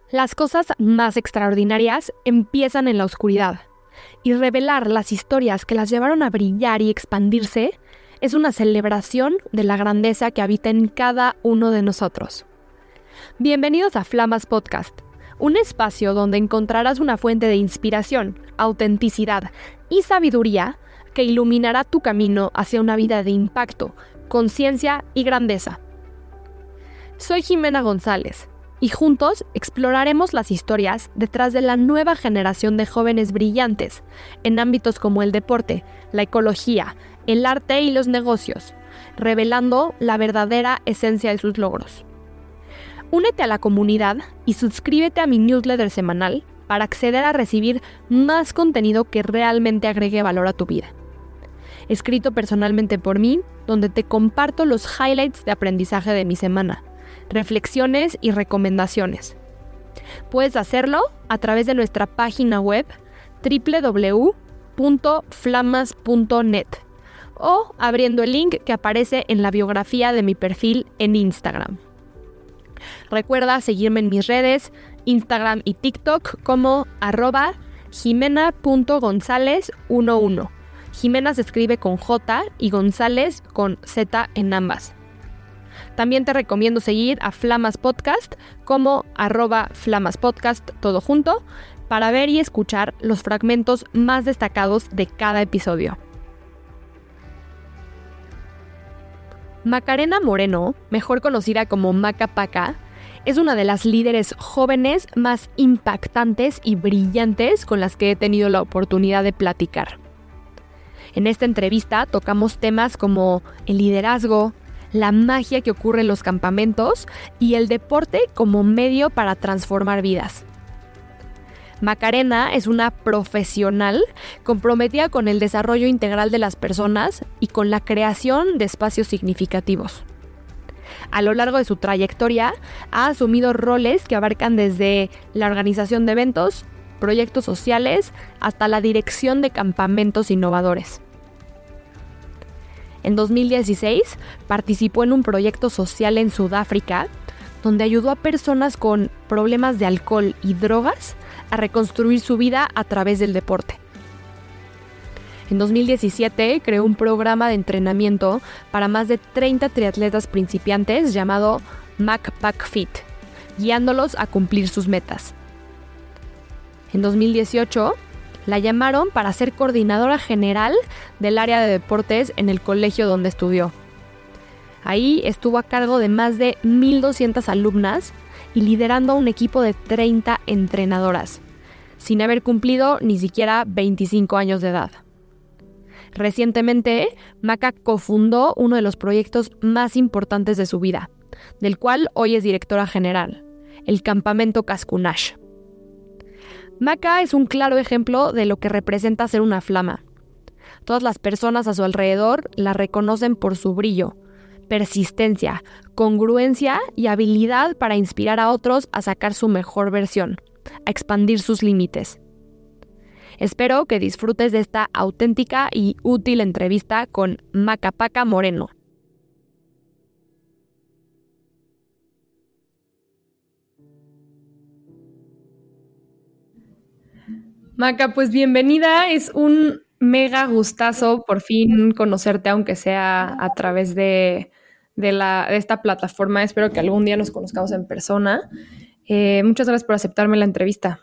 Las cosas más extraordinarias empiezan en la oscuridad, y revelar las historias que las llevaron a brillar y expandirse es una celebración de la grandeza que habita en cada uno de nosotros. Bienvenidos a Flamas Podcast, un espacio donde encontrarás una fuente de inspiración, autenticidad y sabiduría que iluminará tu camino hacia una vida de impacto, conciencia y grandeza. Soy Jimena González, y juntos exploraremos las historias detrás de la nueva generación de jóvenes brillantes en ámbitos como el deporte, la ecología, el arte y los negocios, revelando la verdadera esencia de sus logros. Únete a la comunidad y suscríbete a mi newsletter semanal para acceder a recibir más contenido que realmente agregue valor a tu vida. Escrito personalmente por mí, donde te comparto los highlights de aprendizaje de mi semana, reflexiones y recomendaciones. Puedes hacerlo a través de nuestra página web www.flamas.net o abriendo el link que aparece en la biografía de mi perfil en Instagram. Recuerda seguirme en mis redes, Instagram y TikTok como @jimena.gonzalez11. Jimena se escribe con J y González con Z en ambas. También te recomiendo seguir a Flamas Podcast como @flamaspodcast todo junto para ver y escuchar los fragmentos más destacados de cada episodio. Macarena Moreno, mejor conocida como Maca Paca, es una de las líderes jóvenes más impactantes y brillantes con las que he tenido la oportunidad de platicar. En esta entrevista tocamos temas como el liderazgo, la magia que ocurre en los campamentos y el deporte como medio para transformar vidas. Macarena es una profesional comprometida con el desarrollo integral de las personas y con la creación de espacios significativos. A lo largo de su trayectoria ha asumido roles que abarcan desde la organización de eventos, proyectos sociales, hasta la dirección de campamentos innovadores. En 2016 participó en un proyecto social en Sudáfrica, donde ayudó a personas con problemas de alcohol y drogas a reconstruir su vida a través del deporte. En 2017 creó un programa de entrenamiento para más de 30 triatletas principiantes llamado MacPac Fit, guiándolos a cumplir sus metas. En 2018 la llamaron para ser coordinadora general del área de deportes en el colegio donde estudió. Ahí estuvo a cargo de más de 1,200 alumnas y liderando a un equipo de 30 entrenadoras, sin haber cumplido ni siquiera 25 años de edad. Recientemente, Maca cofundó uno de los proyectos más importantes de su vida, del cual hoy es directora general, el Campamento Cascunash. Maca es un claro ejemplo de lo que representa ser una flama. Todas las personas a su alrededor la reconocen por su brillo, persistencia, congruencia y habilidad para inspirar a otros a sacar su mejor versión, a expandir sus límites. Espero que disfrutes de esta auténtica y útil entrevista con Maca Paca Moreno. Maca, pues bienvenida, es un mega gustazo por fin conocerte, aunque sea a través de esta plataforma. Espero que algún día nos conozcamos en persona. Muchas gracias por aceptarme la entrevista.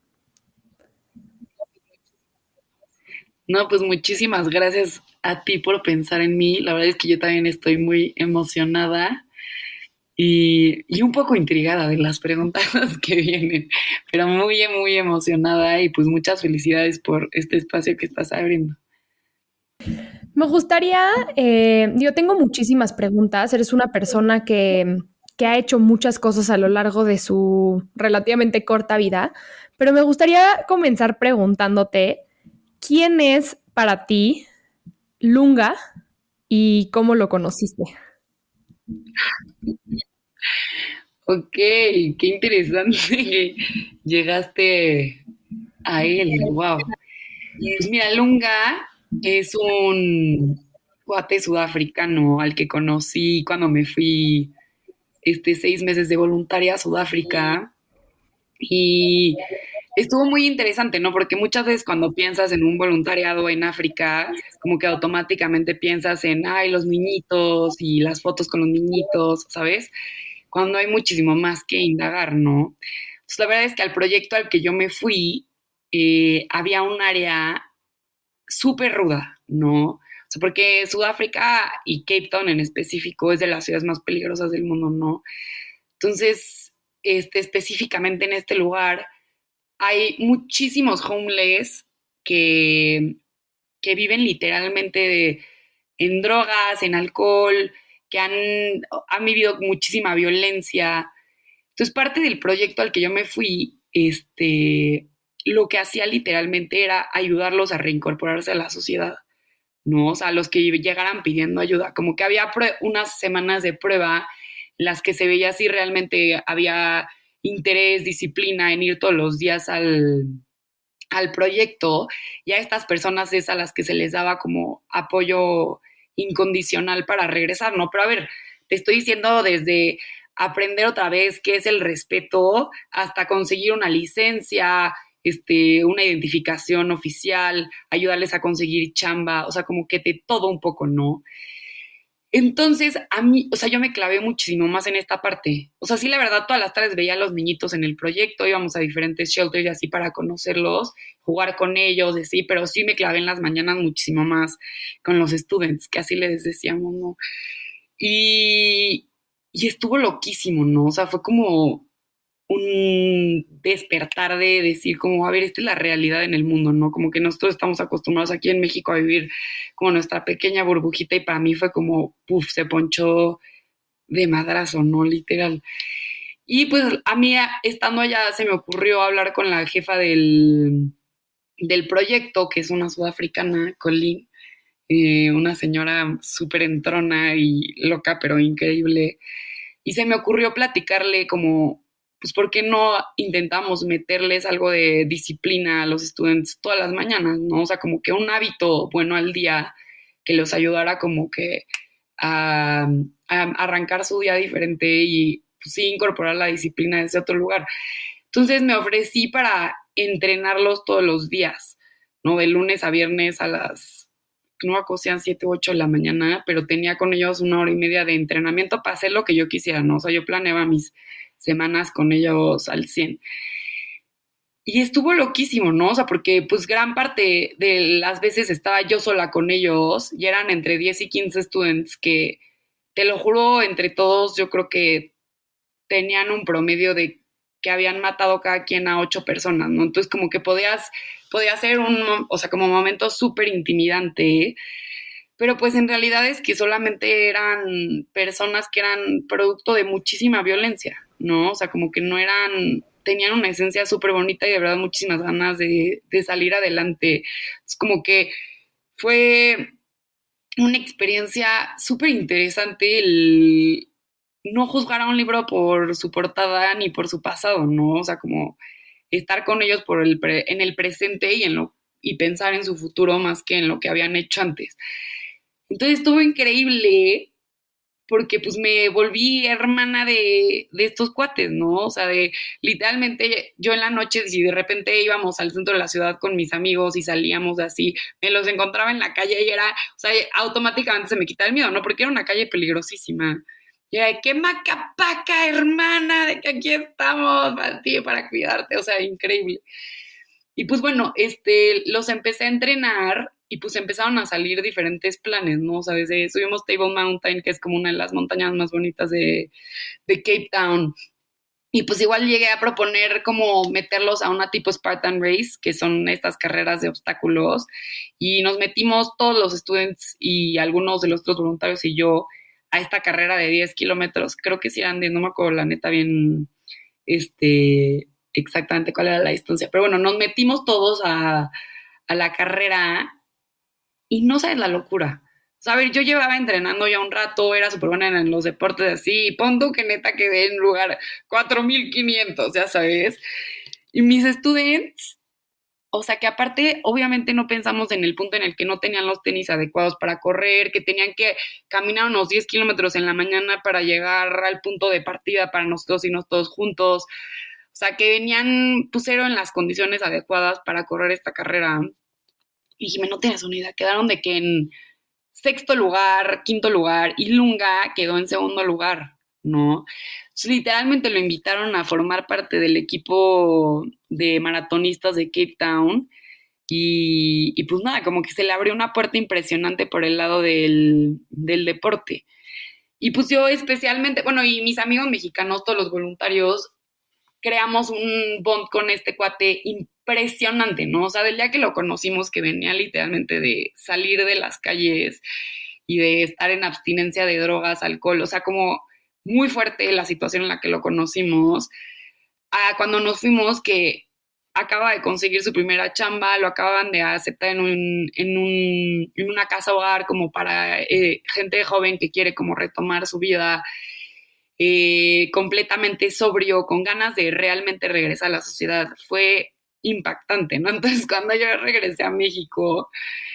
No, pues muchísimas gracias a ti por pensar en mí. La verdad es que yo también estoy muy emocionada y un poco intrigada de las preguntas que vienen, pero muy, muy emocionada y pues muchas felicidades por este espacio que estás abriendo. Me gustaría, yo tengo muchísimas preguntas. Eres una persona que ha hecho muchas cosas a lo largo de su relativamente corta vida, pero me gustaría comenzar preguntándote, ¿quién es para ti Lunga y cómo lo conociste? Ok, qué interesante que llegaste a él. Wow. Pues mira, Lunga es un cuate sudafricano al que conocí cuando me fui 6 meses de voluntaria a Sudáfrica. Y estuvo muy interesante, ¿no? Porque muchas veces cuando piensas en un voluntariado en África, como que automáticamente piensas en, ay, los niñitos y las fotos con los niñitos, ¿sabes? Cuando hay muchísimo más que indagar, ¿no? Pues la verdad es que al proyecto al que yo me fui, había un área súper ruda, ¿no? O sea, porque Sudáfrica y Cape Town en específico es de las ciudades más peligrosas del mundo, ¿no? Entonces, específicamente en este lugar hay muchísimos homeless que, que viven literalmente en drogas, en alcohol, que han vivido muchísima violencia. Entonces, parte del proyecto al que yo me fui, lo que hacía literalmente era ayudarlos a reincorporarse a la sociedad, ¿no? O sea, los que llegaran pidiendo ayuda, como que había unas semanas de prueba en las que se veía si realmente había interés, disciplina en ir todos los días al proyecto, y a estas personas es a las que se les daba como apoyo incondicional para regresar, ¿no? Pero a ver, te estoy diciendo desde aprender otra vez qué es el respeto hasta conseguir una licencia, una identificación oficial, ayudarles a conseguir chamba, o sea, como que de todo un poco, ¿no? Entonces, a mí, o sea, yo me clavé muchísimo más en esta parte. O sea, sí, la verdad, todas las tardes veía a los niñitos en el proyecto, íbamos a diferentes shelters y así para conocerlos, jugar con ellos, así, pero sí me clavé en las mañanas muchísimo más con los students, que así les decíamos, ¿no? Y, y estuvo loquísimo, ¿no? O sea, fue como un despertar de decir como, a ver, esta es la realidad en el mundo, ¿no? Como que nosotros estamos acostumbrados aquí en México a vivir como nuestra pequeña burbujita y para mí fue como, puff, se ponchó de madrazo, ¿no? Literal. Y pues a mí estando allá se me ocurrió hablar con la jefa del proyecto, que es una sudafricana, Colleen, una señora súper entrona y loca, pero increíble. Y se me ocurrió platicarle como, pues, ¿por qué no intentamos meterles algo de disciplina a los estudiantes todas las mañanas, ¿no? O sea, como que un hábito bueno al día que los ayudara como que a, a arrancar su día diferente y pues, sí incorporar la disciplina desde otro lugar. Entonces me ofrecí para entrenarlos todos los días, ¿no? De lunes a viernes a las, no me acuerdo si eran 7 u 8 de la mañana, pero tenía con ellos 1 hora y media de entrenamiento para hacer lo que yo quisiera, ¿no? O sea, yo planeaba mis semanas con ellos al 100. Y estuvo loquísimo, ¿no? O sea, porque pues gran parte de las veces estaba yo sola con ellos y eran entre 10 y 15 students que, te lo juro, entre todos yo creo que tenían un promedio de que habían matado cada quien a 8 personas, ¿no? Entonces como que podía ser o sea, como momento súper intimidante, pero pues en realidad es que solamente eran personas que eran producto de muchísima violencia, ¿no? O sea, como que no eran, tenían una esencia súper bonita y de verdad muchísimas ganas de salir adelante. Es como que fue una experiencia súper interesante el no juzgar a un libro por su portada ni por su pasado, ¿no? O sea, como estar con ellos en el presente y pensar en su futuro más que en lo que habían hecho antes. Entonces estuvo increíble porque pues me volví hermana de estos cuates, ¿no? O sea, de literalmente yo en la noche, si de repente íbamos al centro de la ciudad con mis amigos y salíamos así, me los encontraba en la calle y era, o sea, automáticamente se me quitaba el miedo, ¿no? Porque era una calle peligrosísima. Y era de, qué macapaca, hermana, de que aquí estamos para ti, para cuidarte, o sea, increíble. Y pues bueno, los empecé a entrenar y pues empezaron a salir diferentes planes, ¿no? O sea, desde subimos Table Mountain, que es como una de las montañas más bonitas de Cape Town. Y pues igual llegué a proponer como meterlos a una tipo Spartan Race, que son estas carreras de obstáculos. Y nos metimos todos los estudiantes y algunos de los otros voluntarios y yo a esta carrera de 10 kilómetros. Creo que sí eran no me acuerdo la neta bien, exactamente cuál era la distancia. Pero bueno, nos metimos todos a la carrera y no sabes la locura. O sea, a ver, yo llevaba entrenando ya un rato, era súper buena en los deportes así, y pon tú que neta quedé en lugar 4500, ya sabes. Y mis estudiantes, o sea, que aparte, obviamente no pensamos en el punto en el que no tenían los tenis adecuados para correr, que tenían que caminar unos 10 kilómetros en la mañana para llegar al punto de partida para nosotros irnos todos juntos. sea, que venían, pusieron en las condiciones adecuadas para correr esta carrera. Y Jimé, no tienes una idea, quedaron de que en sexto lugar, quinto lugar, y Lunga quedó en segundo lugar, ¿no? Entonces, literalmente lo invitaron a formar parte del equipo de maratonistas de Cape Town y pues nada, como que se le abrió una puerta impresionante por el lado del deporte. Y pues yo especialmente, bueno, y mis amigos mexicanos, todos los voluntarios, creamos un bond con este cuate impresionante, ¿no? O sea, del día que lo conocimos, que venía literalmente de salir de las calles y de estar en abstinencia de drogas, alcohol, o sea, como muy fuerte la situación en la que lo conocimos, a cuando nos fuimos que acaba de conseguir su primera chamba, lo acaban de aceptar en una casa hogar como para gente joven que quiere como retomar su vida, completamente sobrio, con ganas de realmente regresar a la sociedad. Fue impactante, ¿no? Entonces, cuando yo regresé a México,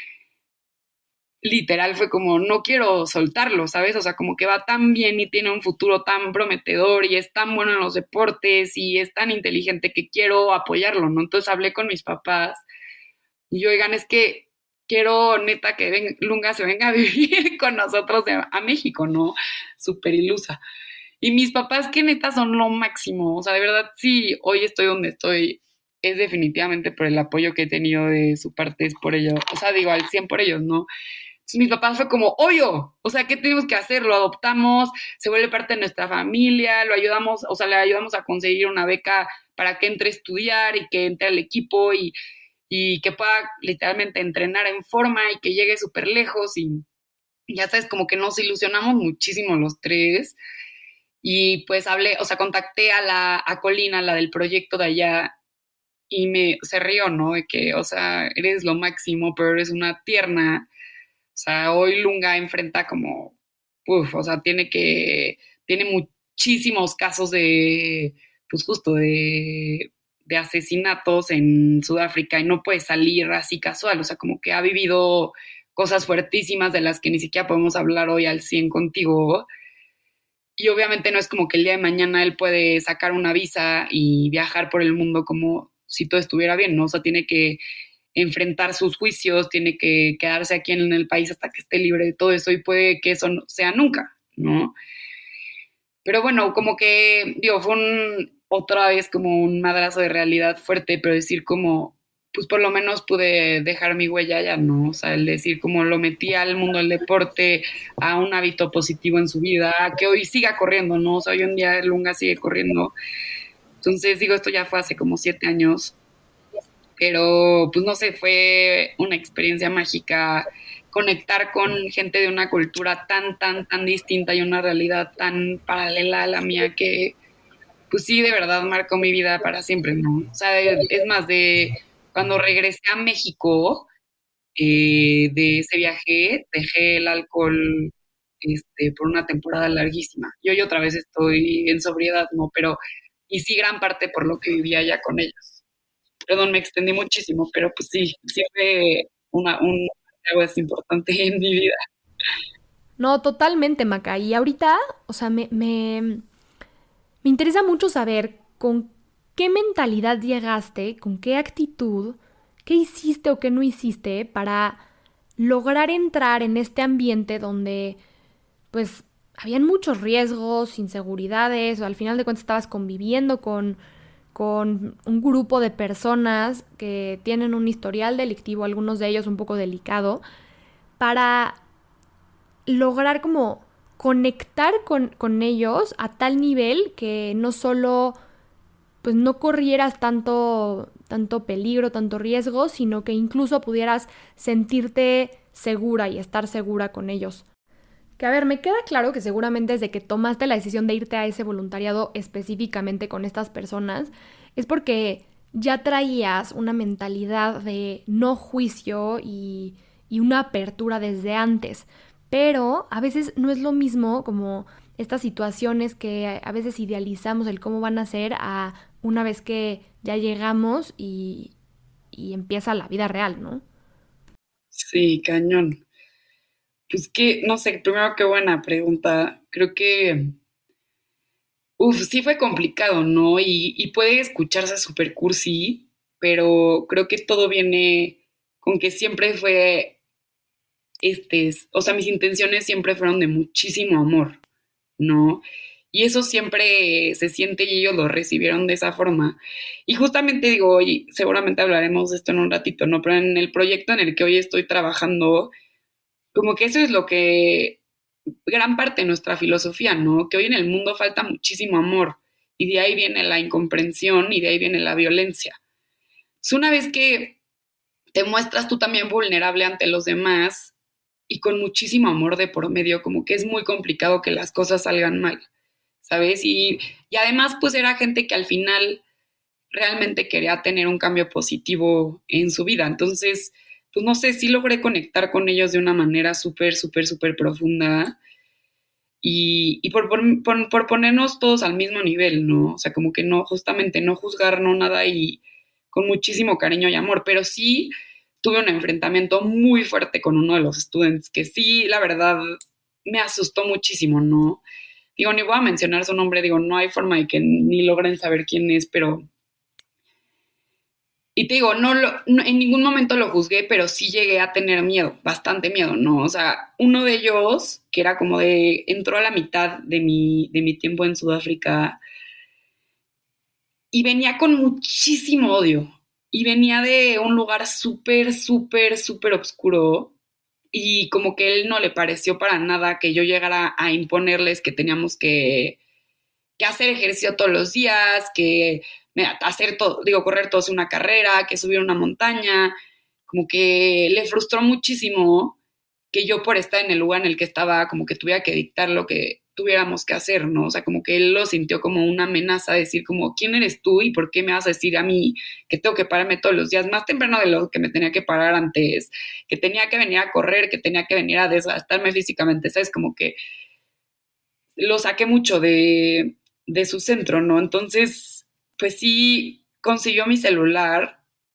literal fue como, no quiero soltarlo, ¿sabes? O sea, como que va tan bien y tiene un futuro tan prometedor y es tan bueno en los deportes y es tan inteligente que quiero apoyarlo, ¿no? Entonces hablé con mis papás y yo, oigan, es que quiero neta que Lunga se venga a vivir con nosotros a México, ¿no? Súper ilusa. Y mis papás, que neta son lo máximo. O sea, de verdad, sí, hoy estoy donde estoy, es definitivamente por el apoyo que he tenido de su parte, es por ello. O sea, digo, al 100 por ellos, ¿no? Entonces, mis papás fue como, obvio, o sea, ¿qué tenemos que hacer? Lo adoptamos, se vuelve parte de nuestra familia, lo ayudamos, o sea, le ayudamos a conseguir una beca para que entre a estudiar y que entre al equipo y que pueda literalmente entrenar en forma y que llegue súper lejos y ya sabes, como que nos ilusionamos muchísimo los tres. Y pues hablé, o sea, contacté a Colina, la del proyecto de allá, y se rió, ¿no? De que, o sea, eres lo máximo, pero eres una tierna. O sea, hoy Lunga enfrenta como, uf, o sea, tiene muchísimos casos de, pues justo de asesinatos en Sudáfrica y no puede salir así casual. O sea, como que ha vivido cosas fuertísimas de las que ni siquiera podemos hablar hoy al 100 contigo, y obviamente no es como que el día de mañana él puede sacar una visa y viajar por el mundo como si todo estuviera bien, ¿no? O sea, tiene que enfrentar sus juicios, tiene que quedarse aquí en el país hasta que esté libre de todo eso y puede que eso no sea nunca, ¿no? Pero bueno, como que, digo, fue otra vez como un madrazo de realidad fuerte, pero decir como, pues por lo menos pude dejar mi huella ya, ¿no? O sea, el decir como lo metí al mundo del deporte, a un hábito positivo en su vida, que hoy siga corriendo, ¿no? O sea, hoy en día Lunga sigue corriendo. Entonces, digo, esto ya fue hace como 7 años, pero pues no sé, fue una experiencia mágica conectar con gente de una cultura tan, tan, tan distinta y una realidad tan paralela a la mía que pues sí, de verdad marcó mi vida para siempre, ¿no? O sea, es más, de cuando regresé a México, de ese viaje, dejé el alcohol por una temporada larguísima. Y hoy otra vez estoy en sobriedad, ¿no? Pero, y sí, gran parte por lo que vivía ya con ellos. Perdón, me extendí muchísimo, pero pues sí, sí fue algo es importante en mi vida. No, totalmente, Maca. Y ahorita, o sea, me interesa mucho saber con qué mentalidad llegaste, con qué actitud, qué hiciste o qué no hiciste para lograr entrar en este ambiente donde, pues, habían muchos riesgos, inseguridades, o al final de cuentas estabas conviviendo con un grupo de personas que tienen un historial delictivo, algunos de ellos un poco delicado, para lograr como conectar con ellos a tal nivel que no solo pues no corrieras tanto peligro, tanto riesgo, sino que incluso pudieras sentirte segura y estar segura con ellos. Que a ver, me queda claro que seguramente desde que tomaste la decisión de irte a ese voluntariado específicamente con estas personas, es porque ya traías una mentalidad de no juicio y una apertura desde antes. Pero a veces no es lo mismo como estas situaciones que a veces idealizamos el cómo van a ser a una vez que ya llegamos y empieza la vida real, ¿no? Sí, cañón. Pues que, no sé, primero qué buena pregunta. Creo que uf, sí fue complicado, ¿no? Y puede escucharse súper cursi, pero creo que todo viene con que siempre fue, o sea, mis intenciones siempre fueron de muchísimo amor, ¿no? Y eso siempre se siente y ellos lo recibieron de esa forma. Y justamente digo, y seguramente hablaremos de esto en un ratito, ¿no? Pero en el proyecto en el que hoy estoy trabajando, como que eso es lo que, gran parte de nuestra filosofía, ¿no? Que hoy en el mundo falta muchísimo amor y de ahí viene la incomprensión y de ahí viene la violencia. Es una vez que te muestras tú también vulnerable ante los demás y con muchísimo amor de por medio, como que es muy complicado que las cosas salgan mal, ¿sabes? Y además, pues era gente que al final realmente quería tener un cambio positivo en su vida. Entonces, pues no sé, sí logré conectar con ellos de una manera súper, súper, súper profunda y por ponernos todos al mismo nivel, ¿no? O sea, como que no, justamente no juzgar, no nada y con muchísimo cariño y amor, pero sí tuve un enfrentamiento muy fuerte con uno de los estudiantes que sí, la verdad, me asustó muchísimo, ¿no? Digo, ni voy a mencionar su nombre, digo, no hay forma de que ni logren saber quién es, pero y te digo, en ningún momento lo juzgué, pero sí llegué a tener miedo, bastante miedo, ¿no? O sea, uno de ellos, que era como entró a la mitad de mi tiempo en Sudáfrica y venía con muchísimo odio. Y venía de un lugar súper, súper, súper oscuro. Y como que él no le pareció para nada que yo llegara a imponerles que teníamos que hacer ejercicio todos los días, que hacer todo, digo, correr todos una carrera, que subir una montaña, como que le frustró muchísimo que yo por estar en el lugar en el que estaba, como que tuviera que dictar lo que tuviéramos que hacer, ¿no? O sea, como que él lo sintió como una amenaza, decir como, ¿quién eres tú y por qué me vas a decir a mí que tengo que pararme todos los días, más temprano de lo que me tenía que parar antes, que tenía que venir a correr, que tenía que venir a desgastarme físicamente, ¿sabes? Como que lo saqué mucho de su centro, ¿no? Entonces, pues sí, consiguió mi celular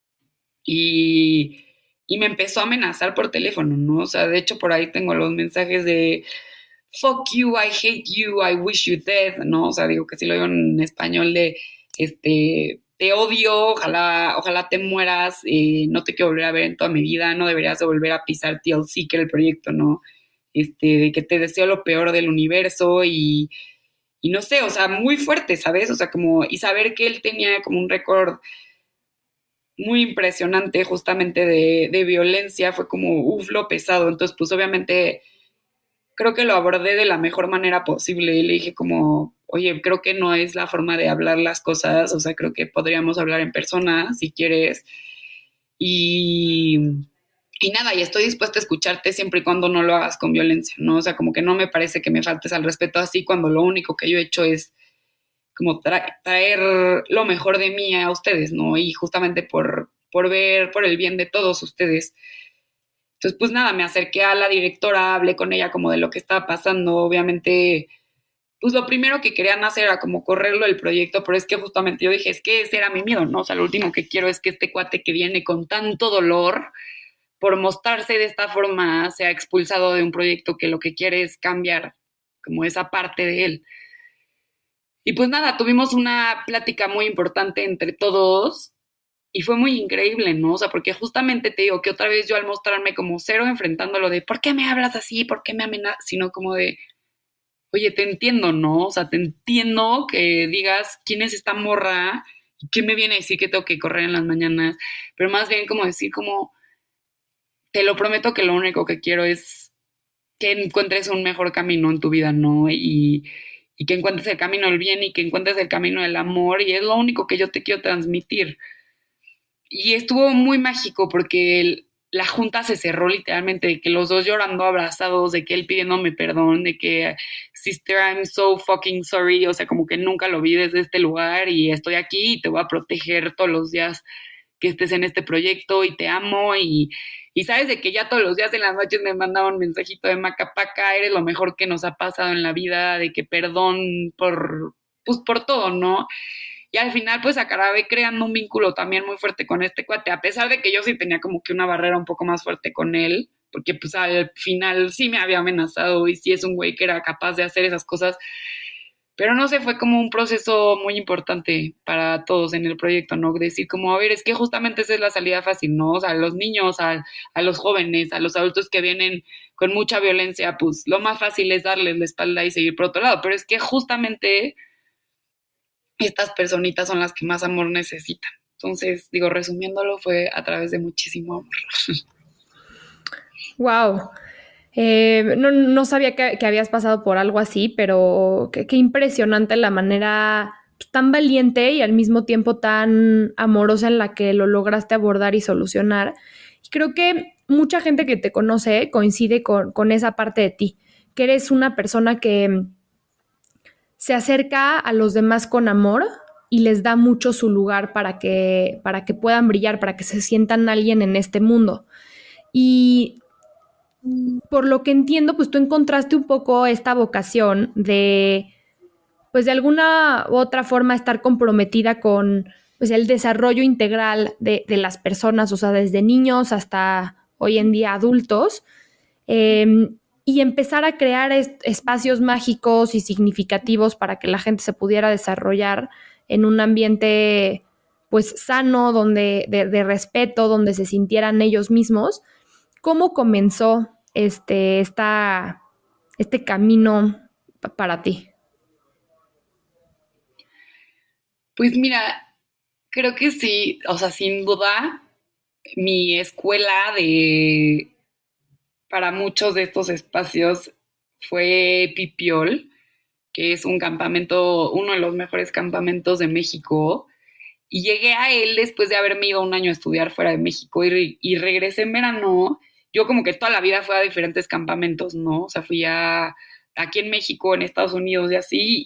y, y me empezó a amenazar por teléfono, ¿no? O sea, de hecho, por ahí tengo los mensajes de fuck you, I hate you, I wish you dead, ¿no? O sea, digo que si lo digo en español de, te odio, ojalá te mueras, no te quiero volver a ver en toda mi vida, no deberías de volver a pisar TLC, que era el proyecto, ¿no? De que te deseo lo peor del universo y no sé, o sea, muy fuerte, ¿sabes? O sea, como, y saber que él tenía como un récord muy impresionante justamente de violencia, fue como, uff, lo pesado. Entonces, pues obviamente creo que lo abordé de la mejor manera posible y le dije como, oye, creo que no es la forma de hablar las cosas, o sea, creo que podríamos hablar en persona si quieres. Y, y nada, y estoy dispuesta a escucharte siempre y cuando no lo hagas con violencia, ¿no? O sea, como que no me parece que me faltes al respeto así cuando lo único que yo he hecho es como traer lo mejor de mí a ustedes, ¿no? Y justamente por ver por el bien de todos ustedes. Entonces, pues nada, me acerqué a la directora, hablé con ella como de lo que estaba pasando, obviamente, pues lo primero que querían hacer era como correrlo el proyecto, pero es que justamente yo dije, es que ese era mi miedo, ¿no? O sea, lo último que quiero es que este cuate que viene con tanto dolor por mostrarse de esta forma sea expulsado de un proyecto que lo que quiere es cambiar como esa parte de él. Y pues nada, tuvimos una plática muy importante entre todos y fue muy increíble, ¿no? O sea, porque justamente te digo que otra vez yo al mostrarme como cero enfrentándolo de ¿por qué me hablas así? ¿Por qué me amenazas? Sino como de, oye, te entiendo, ¿no? O sea, te entiendo que digas quién es esta morra y qué me viene a decir que tengo que correr en las mañanas, pero más bien como decir como, te lo prometo que lo único que quiero es que encuentres un mejor camino en tu vida, ¿no? Y que encuentres el camino del bien y que encuentres el camino del amor y es lo único que yo te quiero transmitir. Y estuvo muy mágico porque la junta se cerró literalmente, de que los dos llorando abrazados, de que él pidiéndome perdón, de que sister, I'm so fucking sorry, o sea, como que nunca lo vi desde este lugar y estoy aquí y te voy a proteger todos los días que estés en este proyecto y te amo y sabes de que ya todos los días en las noches me mandaba un mensajito de Macapaca, eres lo mejor que nos ha pasado en la vida, de que perdón pues por todo, ¿no? Y al final pues acabé creando un vínculo también muy fuerte con este cuate, a pesar de que yo sí tenía como que una barrera un poco más fuerte con él, porque pues al final sí me había amenazado y sí es un güey que era capaz de hacer esas cosas, Pero no sé, fue como un proceso muy importante para todos en el proyecto, ¿no? Decir como, a ver, es que justamente esa es la salida fácil, ¿no? O sea, a los niños, a los jóvenes, a los adultos que vienen con mucha violencia, pues lo más fácil es darles la espalda y seguir por otro lado. Pero es que justamente estas personitas son las que más amor necesitan. Entonces, digo, resumiéndolo, fue a través de muchísimo amor. Wow. No sabía que habías pasado por algo así, pero qué impresionante la manera tan valiente y al mismo tiempo tan amorosa en la que lo lograste abordar y solucionar. Y creo que mucha gente que te conoce coincide con esa parte de ti, que eres una persona que se acerca a los demás con amor y les da mucho su lugar para que puedan brillar, para que se sientan alguien en este mundo. Y por lo que entiendo, pues tú encontraste un poco esta vocación de, pues de alguna u otra forma estar comprometida con pues el desarrollo integral de las personas, o sea, desde niños hasta hoy en día adultos, eh, y empezar a crear espacios mágicos y significativos para que la gente se pudiera desarrollar en un ambiente pues sano, de respeto, donde se sintieran ellos mismos. ¿Cómo comenzó este camino para ti? Pues mira, creo que sí, o sea, sin duda, mi escuela para muchos de estos espacios fue Pipiol, que es un campamento, uno de los mejores campamentos de México. Y llegué a él después de haberme ido un año a estudiar fuera de México y regresé en verano. Yo como que toda la vida fui a diferentes campamentos, ¿no? O sea, aquí en México, en Estados Unidos y así.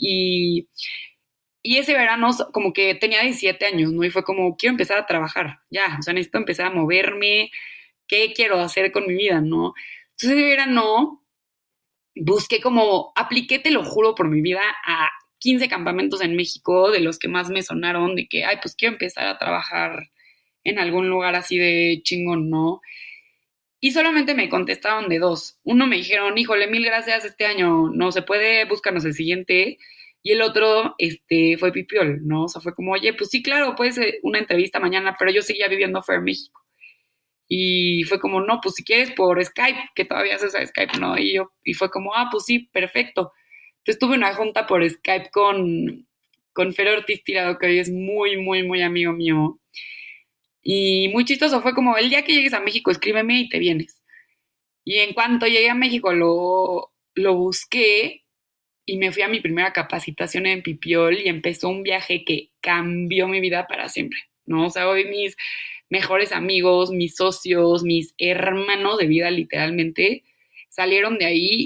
Y ese verano como que tenía 17 años, ¿no? Y fue como, quiero empezar a trabajar, ya, o sea, necesito empezar a moverme, ¿qué quiero hacer con mi vida, no? Entonces ese verano busqué como, apliqué, te lo juro por mi vida, a 15 campamentos en México, de los que más me sonaron, de que, ay, pues quiero empezar a trabajar en algún lugar así de chingón, ¿no? Y solamente me contestaron de dos. Uno me dijeron, híjole, mil gracias, este año no se puede, búscanos el siguiente. Y el otro, fue Pipiol, ¿no? O sea, fue como, oye, pues sí, claro, puede ser una entrevista mañana, pero yo seguía viviendo fuera de México. Y fue como, no, pues si quieres por Skype, que todavía se usa Skype, ¿no? Y fue como, ah, pues sí, perfecto. Entonces tuve una junta por Skype con Fer Ortiz Tirado, que hoy es muy, muy, muy amigo mío. Y muy chistoso, fue como, el día que llegues a México, escríbeme y te vienes. Y en cuanto llegué a México, lo busqué y me fui a mi primera capacitación en Pipiol y empezó un viaje que cambió mi vida para siempre, ¿no? O sea, hoy mis mejores amigos, mis socios, mis hermanos de vida literalmente salieron de ahí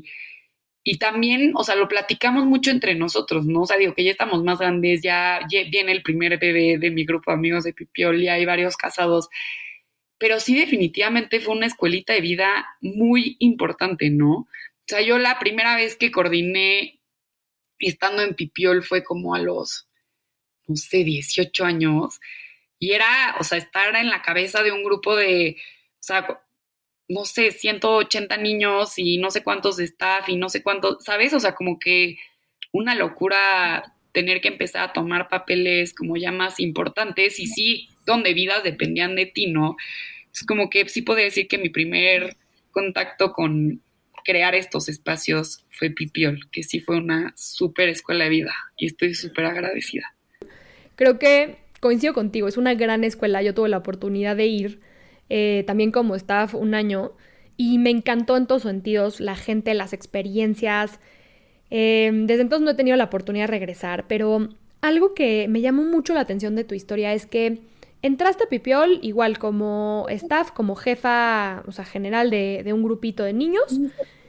y también, o sea, lo platicamos mucho entre nosotros, ¿no? O sea, digo que ya estamos más grandes, ya viene el primer bebé de mi grupo de amigos de Pipiol, ya hay varios casados, pero sí definitivamente fue una escuelita de vida muy importante, ¿no? O sea, yo la primera vez que coordiné estando en Pipiol fue como a los, no sé, 18 años, y era, o sea, estar en la cabeza de un grupo de, o sea, no sé, 180 niños y no sé cuántos de staff y no sé cuántos, ¿sabes? O sea, como que una locura tener que empezar a tomar papeles como ya más importantes y sí, donde vidas dependían de ti, ¿no? Es como que sí puedo decir que mi primer contacto con crear estos espacios fue Pipiol, que sí fue una súper escuela de vida y estoy súper agradecida. Creo que coincido contigo, es una gran escuela. Yo tuve la oportunidad de ir también como staff un año y me encantó en todos sentidos la gente, las experiencias. Desde entonces no he tenido la oportunidad de regresar, pero algo que me llamó mucho la atención de tu historia es que entraste a Pipiol igual como staff, como jefa, o sea, general de un grupito de niños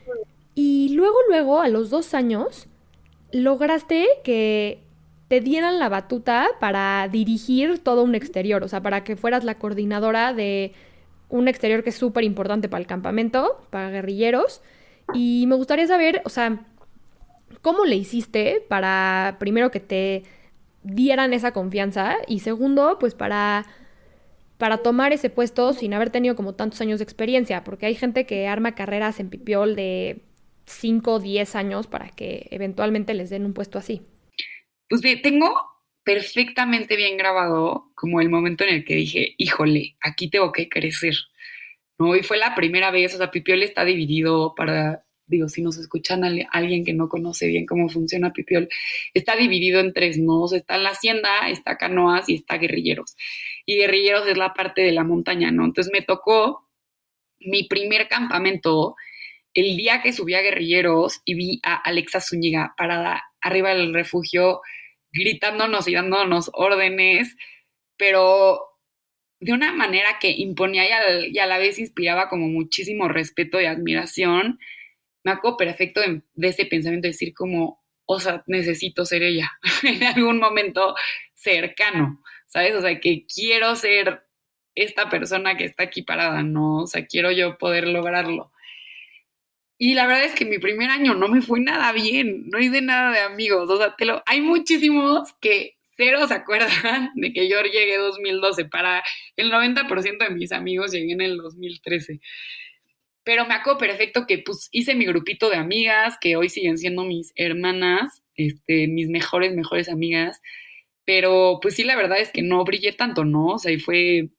y luego, a los 2 años, lograste que te dieran la batuta para dirigir todo un exterior, o sea, para que fueras la coordinadora de un exterior que es súper importante para el campamento, para guerrilleros. Y me gustaría saber, o sea, ¿cómo le hiciste para, primero, que te dieran esa confianza y segundo, pues para tomar ese puesto sin haber tenido como tantos años de experiencia? Porque hay gente que arma carreras en Pipiol de 5 o 10 años para que eventualmente les den un puesto así? Pues tengo perfectamente bien grabado como el momento en el que dije, híjole, aquí tengo que crecer, ¿no? Y fue la primera vez, o sea, Pipiol está dividido para, digo, si nos escuchan alguien que no conoce bien cómo funciona Pipiol, está dividido en tres, ¿no? O sea, está la hacienda, está canoas y está guerrilleros. Y guerrilleros es la parte de la montaña, ¿no? Entonces me tocó mi primer campamento el día que subí a guerrilleros y vi a Alexa Zúñiga parada arriba del refugio gritándonos y dándonos órdenes, pero de una manera que imponía y a la vez inspiraba como muchísimo respeto y admiración. Me acuerdo perfecto de ese pensamiento, de decir como, o sea, necesito ser ella en algún momento cercano, ¿sabes? O sea, que quiero ser esta persona que está aquí parada, ¿no? O sea, quiero yo poder lograrlo. Y la verdad es que mi primer año no me fue nada bien, no hice nada de amigos, o sea, hay muchísimos que cero se acuerdan de que yo llegué en 2012, para el 90% de mis amigos llegué en el 2013, pero me acuerdo perfecto que pues hice mi grupito de amigas, que hoy siguen siendo mis hermanas, mis mejores amigas, pero pues sí, la verdad es que no brillé tanto, ¿no? O sea, y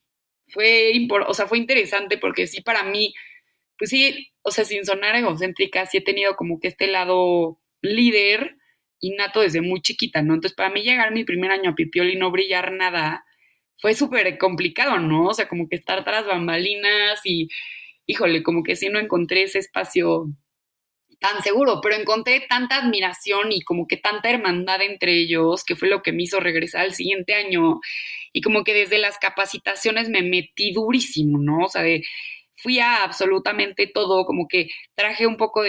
o sea, fue interesante porque sí, para mí pues sí, o sea, sin sonar egocéntrica, sí he tenido como que este lado líder innato desde muy chiquita, ¿no? Entonces, para mí llegar mi primer año a Pipiol y no brillar nada fue súper complicado, ¿no? O sea, como que estar tras bambalinas y, híjole, como que sí no encontré ese espacio tan seguro, pero encontré tanta admiración y como que tanta hermandad entre ellos, que fue lo que me hizo regresar al siguiente año y como que desde las capacitaciones me metí durísimo, ¿no? O sea, fui a absolutamente todo, como que traje un poco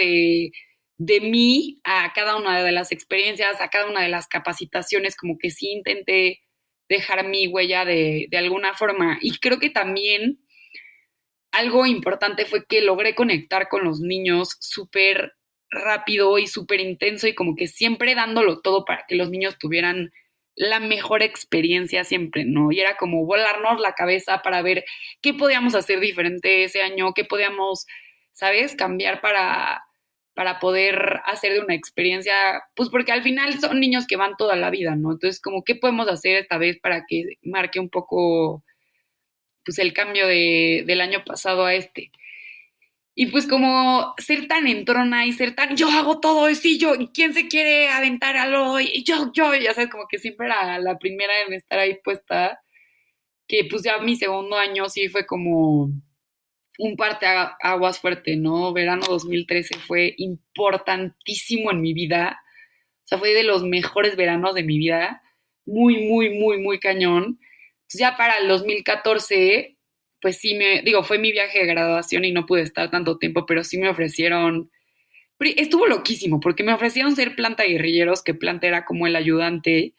de mí a cada una de las experiencias, a cada una de las capacitaciones, como que sí intenté dejar mi huella de alguna forma. Y creo que también algo importante fue que logré conectar con los niños súper rápido y súper intenso y como que siempre dándolo todo para que los niños tuvieran la mejor experiencia siempre, ¿no? Y era como volarnos la cabeza para ver qué podíamos hacer diferente ese año, qué podíamos, ¿sabes?, cambiar para poder hacer de una experiencia, pues porque al final son niños que van toda la vida, ¿no? Entonces, como, ¿qué podemos hacer esta vez para que marque un poco pues el cambio del año pasado a este? Y pues como ser tan entrona y ser tan, yo hago todo, y sí, yo, ¿y quién se quiere aventar a lo? Y yo, ya sabes, como que siempre era la primera en estar ahí puesta, que pues ya mi segundo año sí fue como un parteaguas fuerte, ¿no? Verano 2013 fue importantísimo en mi vida, o sea, fue de los mejores veranos de mi vida, muy, muy, muy, muy cañón. Entonces ya para el 2014, pues sí digo, fue mi viaje de graduación y no pude estar tanto tiempo, pero sí me ofrecieron, estuvo loquísimo, porque me ofrecieron ser planta guerrilleros, que planta era como el ayudante,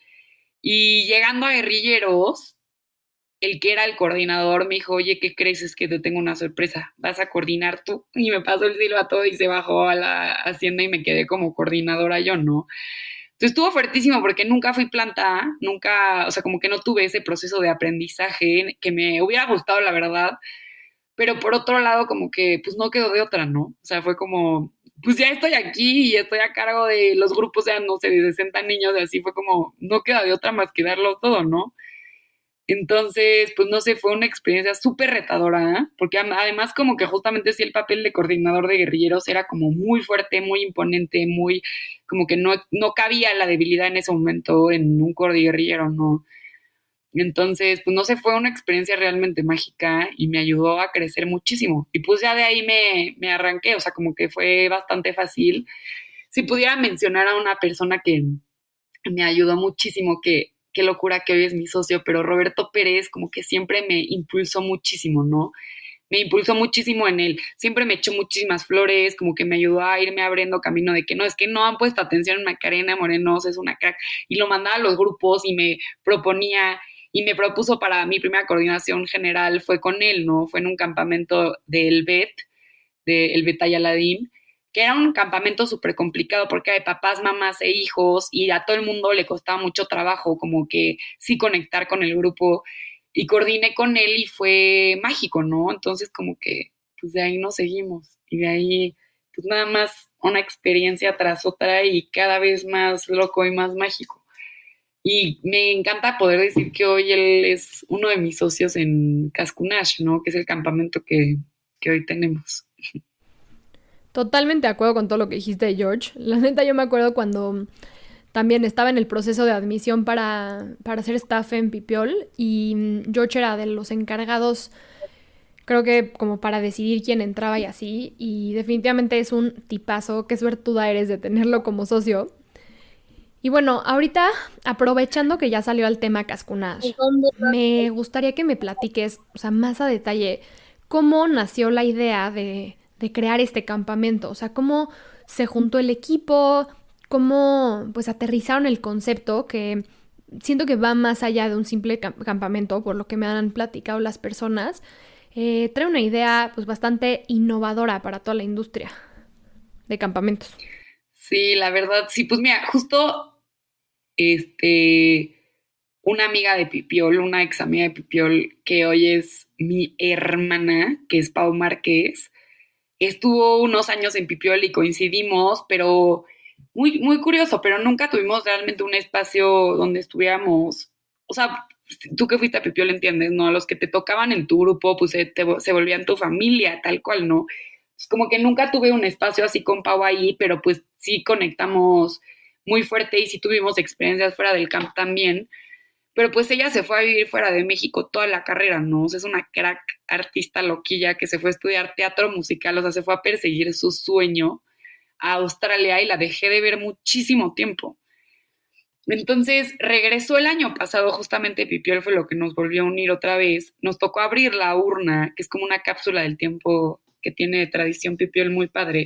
y llegando a guerrilleros, el que era el coordinador me dijo, oye, ¿qué crees? Es que te tengo una sorpresa, vas a coordinar tú. Y me pasó el silbato y se bajó a la hacienda y me quedé como coordinadora yo, ¿no? Entonces estuvo fuertísimo porque nunca fui planta, nunca, o sea, como que no tuve ese proceso de aprendizaje que me hubiera gustado, la verdad, pero por otro lado, como que pues no quedó de otra, ¿no? O sea, fue como, pues ya estoy aquí y estoy a cargo de los grupos, ya no sé, de 60 niños, y así fue como, no queda de otra más que darlo todo, ¿no? Entonces, pues no sé, fue una experiencia súper retadora, ¿eh? Porque además como que justamente sí el papel de coordinador de guerrilleros era como muy fuerte, muy imponente, muy, como que no cabía la debilidad en ese momento en un guerrillero, ¿no? Entonces, pues no sé, fue una experiencia realmente mágica y me ayudó a crecer muchísimo. Y pues ya de ahí me arranqué, o sea, como que fue bastante fácil. Si pudiera mencionar a una persona que me ayudó muchísimo, que qué locura que hoy es mi socio, pero Roberto Pérez como que siempre me impulsó muchísimo, ¿no? Me impulsó muchísimo en él, siempre me echó muchísimas flores, como que me ayudó a irme abriendo camino de que no, es que no han puesto atención en Macarena Morenos, es una crack, y lo mandaba a los grupos y me proponía y me propuso para mi primera coordinación general, fue con él, ¿no? Fue en un campamento del BET, del Betayaladim, que era un campamento súper complicado porque hay papás, mamás e hijos y a todo el mundo le costaba mucho trabajo como que sí conectar con el grupo y coordiné con él y fue mágico, ¿no? Entonces como que pues de ahí nos seguimos y de ahí pues nada más una experiencia tras otra y cada vez más loco y más mágico. Y me encanta poder decir que hoy él es uno de mis socios en Cascunash, ¿no? Que es el campamento que hoy tenemos. Totalmente de acuerdo con todo lo que dijiste de George. La neta, yo me acuerdo cuando también estaba en el proceso de admisión para ser staff en Pipiol y George era de los encargados, creo que como para decidir quién entraba y así. Y definitivamente es un tipazo. Qué suertuda eres de tenerlo como socio. Y bueno, ahorita, aprovechando que ya salió el tema Cascunash, me gustaría que me platiques, o sea, más a detalle, cómo nació la idea de crear este campamento, o sea, cómo se juntó el equipo, cómo pues aterrizaron el concepto, que siento que va más allá de un simple campamento, por lo que me han platicado las personas. Trae una idea pues bastante innovadora para toda la industria de campamentos. Sí, la verdad, sí, pues mira, justo este, una amiga de Pipiol, una ex amiga de Pipiol, que hoy es mi hermana, que es Pau Márquez, estuvo unos años en Pipiol y coincidimos, pero muy, muy curioso, pero nunca tuvimos realmente un espacio donde estuviéramos, o sea, tú que fuiste a Pipiol entiendes, ¿no? Los que te tocaban en tu grupo, pues se volvían tu familia, tal cual, ¿no? Es como que nunca tuve un espacio así con Pau ahí, pero pues sí conectamos muy fuerte y sí tuvimos experiencias fuera del camp también. Pero pues ella se fue a vivir fuera de México toda la carrera, ¿no? O sea, es una crack artista loquilla que se fue a estudiar teatro musical, o sea, se fue a perseguir su sueño a Australia y la dejé de ver muchísimo tiempo. Entonces regresó el año pasado, justamente Pipiol fue lo que nos volvió a unir otra vez. Nos tocó abrir la urna, que es como una cápsula del tiempo que tiene de tradición Pipiol muy padre.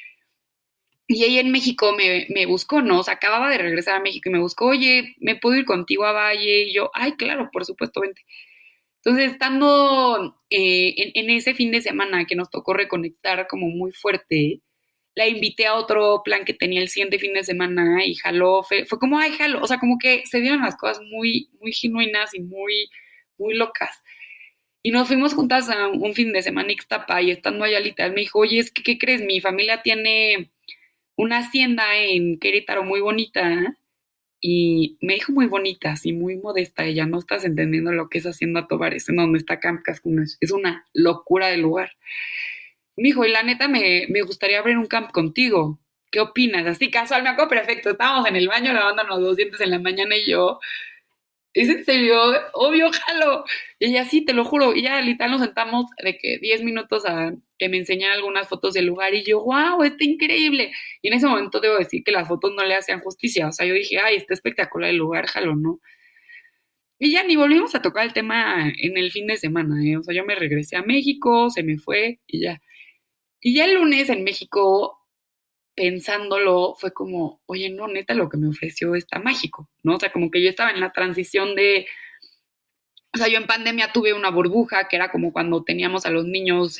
Y ella en México me buscó, ¿no? O sea, acababa de regresar a México y me buscó, oye, ¿me puedo ir contigo a Valle? Y yo, ay, claro, por supuesto, vente. Entonces, estando en ese fin de semana que nos tocó reconectar como muy fuerte, la invité a otro plan que tenía el siguiente fin de semana y jaló, fue como, ay, jalo, o sea, como que se dieron las cosas muy, muy genuinas y muy, muy locas. Y nos fuimos juntas a un fin de semana en Ixtapa y estando allá literal me dijo, oye, es que, ¿qué crees? Mi familia tiene una hacienda en Querétaro muy bonita y me dijo muy bonita, así muy modesta, ella no estás entendiendo lo que es Hacienda Tovares, en donde está Camp Cascunas, es una locura de lugar. Me dijo, y la neta me gustaría abrir un camp contigo, ¿qué opinas? Así casual, me acuerdo perfecto, estábamos en el baño lavándonos los dientes en la mañana y yo, ¿es en serio? Obvio, jalo. Y ella, sí, te lo juro. Y ya literal nos sentamos de que 10 minutos a que me enseñara algunas fotos del lugar y yo, wow, está increíble. Y en ese momento debo decir que las fotos no le hacían justicia. O sea, yo dije, ay, está espectacular el lugar, jalo, ¿no? Y ya ni volvimos a tocar el tema en el fin de semana, ¿eh? O sea, yo me regresé a México, se me fue y ya. Y ya el lunes en México, pensándolo, fue como, oye, no, neta, lo que me ofreció está mágico, ¿no? O sea, como que yo estaba en la transición de o sea, yo en pandemia tuve una burbuja, que era como cuando teníamos a los niños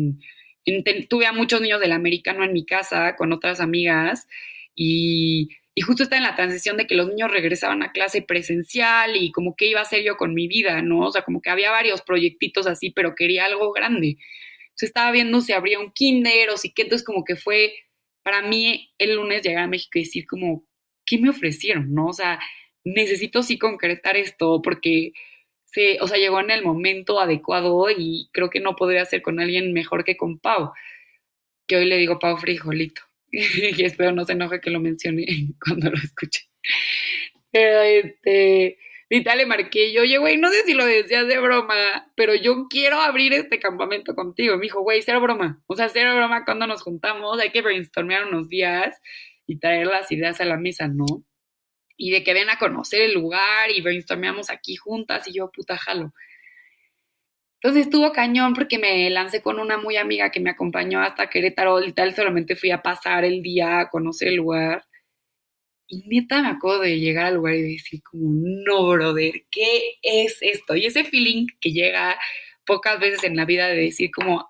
tuve a muchos niños del americano en mi casa con otras amigas y justo estaba en la transición de que los niños regresaban a clase presencial y como qué iba a hacer yo con mi vida, ¿no? O sea, como que había varios proyectitos así, pero quería algo grande. Entonces estaba viendo si habría un kinder o si qué, entonces como que fue para mí el lunes llegar a México y decir como, ¿qué me ofrecieron, no? O sea, necesito sí concretar esto porque o sea, llegó en el momento adecuado y creo que no podría ser con alguien mejor que con Pau, que hoy le digo Pau Frijolito. Y espero no se enoje que lo mencione cuando lo escuche. Pero ahorita le marqué yo, oye, güey, no sé si lo decías de broma, pero yo quiero abrir este campamento contigo. Me dijo, güey, cero broma. O sea, cero broma cuando nos juntamos, hay que brainstormear unos días y traer las ideas a la mesa, ¿no? Y de que ven a conocer el lugar y brainstormeamos aquí juntas y yo, puta, jalo. Entonces estuvo cañón porque me lancé con una muy amiga que me acompañó hasta Querétaro y tal, solamente fui a pasar el día, a conocer el lugar. Y neta me acuerdo de llegar al lugar y decir como, no, brother, ¿qué es esto? Y ese feeling que llega pocas veces en la vida de decir como,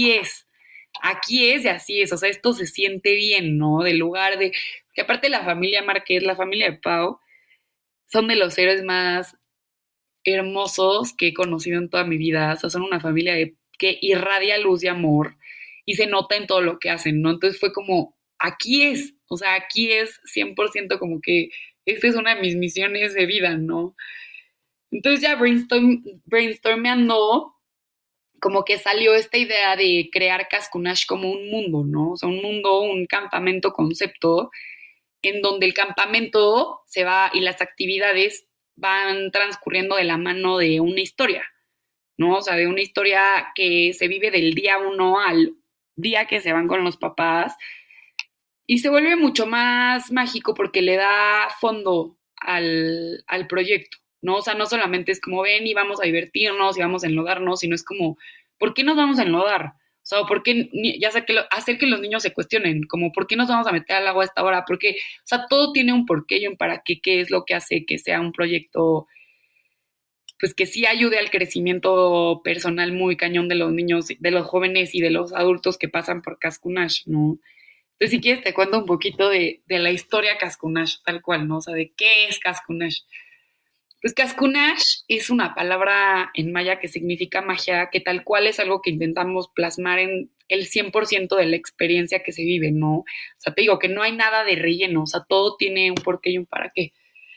aquí es y así es, o sea, esto se siente bien, ¿no? Del lugar de, que aparte la familia Márquez, la familia de Pau, son de los héroes más hermosos que he conocido en toda mi vida. O sea, son una familia que irradia luz y amor y se nota en todo lo que hacen, ¿no? Entonces fue como, aquí es, o sea, aquí es 100% como que esta es una de mis misiones de vida, ¿no? Entonces ya brainstormeando, como que salió esta idea de crear Cascunash como un mundo, ¿no? O sea, un mundo, un campamento concepto, en donde el campamento se va y las actividades van transcurriendo de la mano de una historia, ¿no? O sea, de una historia que se vive del día uno al día que se van con los papás y se vuelve mucho más mágico porque le da fondo al proyecto, ¿no? O sea, no solamente es como ven y vamos a divertirnos y vamos a enlodarnos, sino es como, ¿por qué nos vamos a enlodar? O sea, ¿por qué, ya sé que hacer que los niños se cuestionen, como, ¿por qué nos vamos a meter al agua a esta hora? Porque, o sea, todo tiene un porqué y un para qué, qué es lo que hace que sea un proyecto, pues que sí ayude al crecimiento personal muy cañón de los niños, de los jóvenes y de los adultos que pasan por Cascunash, ¿no? Entonces, si quieres, te cuento un poquito de la historia Cascunash, tal cual, ¿no? O sea, de qué es Cascunash. Pues Cascunash es una palabra en maya que significa magia, que tal cual es algo que intentamos plasmar en el 100% de la experiencia que se vive, ¿no? O sea, te digo que no hay nada de relleno, o sea, todo tiene un porqué y un para qué.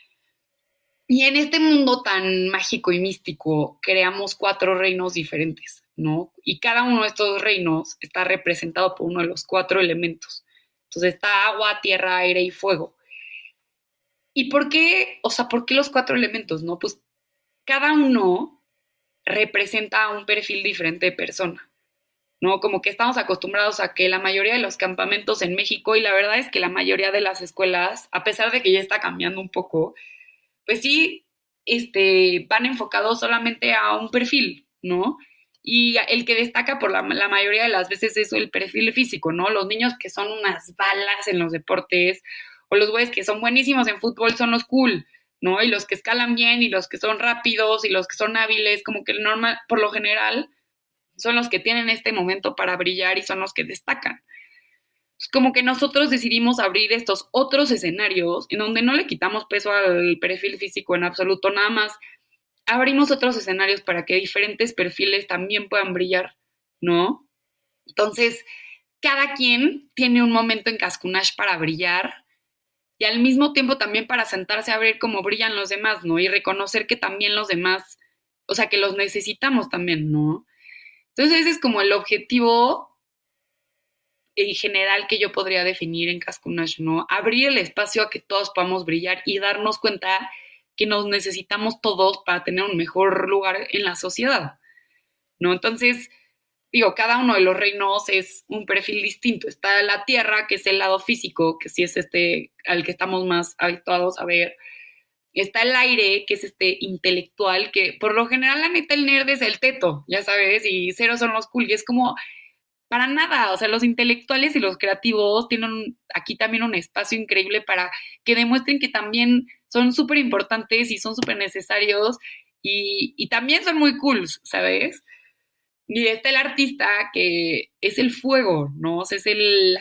Y en este mundo tan mágico y místico, creamos 4 reinos diferentes, ¿no? Y cada uno de estos reinos está representado por uno de los 4 elementos. Entonces está agua, tierra, aire y fuego. ¿Y por qué? O sea, ¿por qué los 4 elementos, no? Pues cada uno representa un perfil diferente de persona, ¿no? Como que estamos acostumbrados a que la mayoría de los campamentos en México, y la verdad es que la mayoría de las escuelas, a pesar de que ya está cambiando un poco, pues sí, van enfocados solamente a un perfil, ¿no? Y el que destaca por la mayoría de las veces es el perfil físico, ¿no? Los niños que son unas balas en los deportes, o los güeyes que son buenísimos en fútbol son los cool, ¿no? Y los que escalan bien, y los que son rápidos, y los que son hábiles, como que normal, por lo general, son los que tienen este momento para brillar y son los que destacan. Como que nosotros decidimos abrir estos otros escenarios en donde no le quitamos peso al perfil físico en absoluto, nada más abrimos otros escenarios para que diferentes perfiles también puedan brillar, ¿no? Entonces, cada quien tiene un momento en Cascunash para brillar y al mismo tiempo también para sentarse a ver cómo brillan los demás, ¿no? Y reconocer que también los demás, o sea, que los necesitamos también, ¿no? Entonces, ese es como el objetivo en general que yo podría definir en Cascunash, ¿no? Abrir el espacio a que todos podamos brillar y darnos cuenta que nos necesitamos todos para tener un mejor lugar en la sociedad, ¿no? Entonces, digo, cada uno de los reinos es un perfil distinto. Está la tierra, que es el lado físico, que sí es al que estamos más habituados a ver. Está el aire, que es intelectual, que por lo general la neta el nerd es el teto, ya sabes, y cero son los cool. Y es como, para nada, o sea, los intelectuales y los creativos tienen aquí también un espacio increíble para que demuestren que también son súper importantes y son súper necesarios y también son muy cool, ¿sabes? Y está el artista que es el fuego, ¿no? O sea, es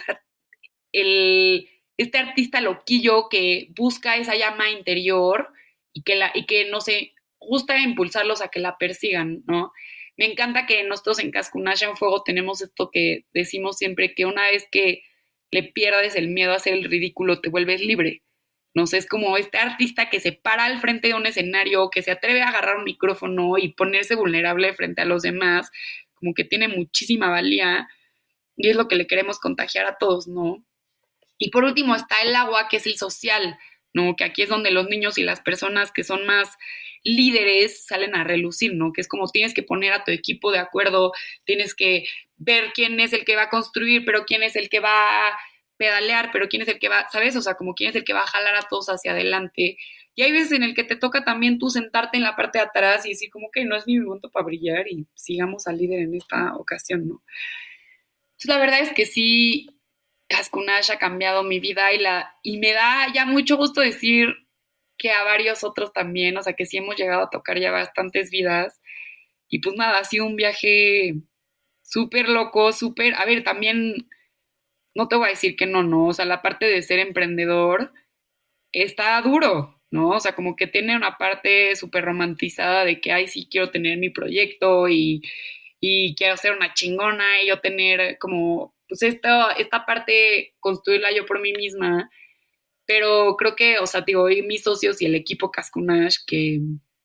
este artista loquillo que busca esa llama interior y que no sé, gusta impulsarlos a que la persigan, ¿no? Me encanta que nosotros en Cascunash en Fuego tenemos esto que decimos siempre, que una vez que le pierdes el miedo a hacer el ridículo, te vuelves libre. No sé, es como este artista que se para al frente de un escenario, que se atreve a agarrar un micrófono y ponerse vulnerable frente a los demás, como que tiene muchísima valía y es lo que le queremos contagiar a todos, ¿no? Y por último está el agua, que es el social, ¿no? Que aquí es donde los niños y las personas que son más líderes salen a relucir, ¿no? Que es como tienes que poner a tu equipo de acuerdo, tienes que ver quién es el que va a construir, pero quién es el que va a pedalear, pero quién es el que va, ¿sabes? O sea, como quién es el que va a jalar a todos hacia adelante. Y hay veces en el que te toca también tú sentarte en la parte de atrás y decir como que no es mi momento para brillar y sigamos al líder en esta ocasión, ¿no? Entonces, la verdad es que sí, Cascunash ha cambiado mi vida y me da ya mucho gusto decir que a varios otros también, o sea, que sí hemos llegado a tocar ya bastantes vidas. Y pues nada, ha sido un viaje súper loco, súper, a ver, también no te voy a decir que no, no, o sea, la parte de ser emprendedor está duro, ¿no? O sea, como que tiene una parte súper romantizada de que, ay, sí, quiero tener mi proyecto y quiero ser una chingona y yo tener como, pues esta parte, construirla yo por mí misma, pero creo que, o sea, digo, hoy mis socios y el equipo Cascunash, que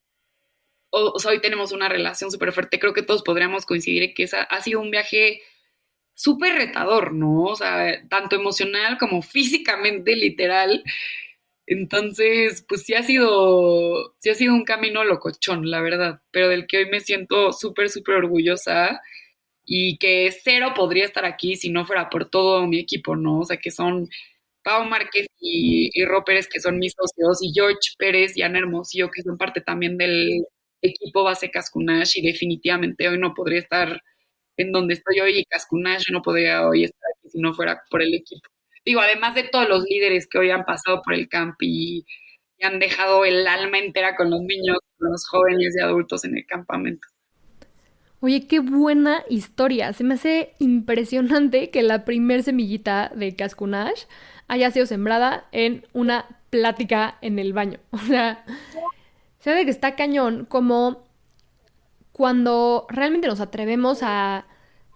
o sea, hoy tenemos una relación súper fuerte, creo que todos podríamos coincidir en que ha sido un viaje súper retador, ¿no? O sea, tanto emocional como físicamente, literal. Entonces, pues sí ha sido un camino locochón, la verdad, pero del que hoy me siento súper, súper orgullosa y que cero podría estar aquí si no fuera por todo mi equipo, ¿no? O sea, que son Pau Márquez y Ro Pérez, que son mis socios, y George Pérez y Ana Hermosillo, que son parte también del equipo base Cascunash, y definitivamente hoy no podría estar en donde estoy hoy y Cascunash no podría hoy estar aquí si no fuera por el equipo. Digo, además de todos los líderes que hoy han pasado por el camp y han dejado el alma entera con los niños, con los jóvenes y adultos en el campamento. Oye, qué buena historia. Se me hace impresionante que la primer semillita de Cascunash haya sido sembrada en una plática en el baño. O sea, se ve que está cañón como cuando realmente nos atrevemos a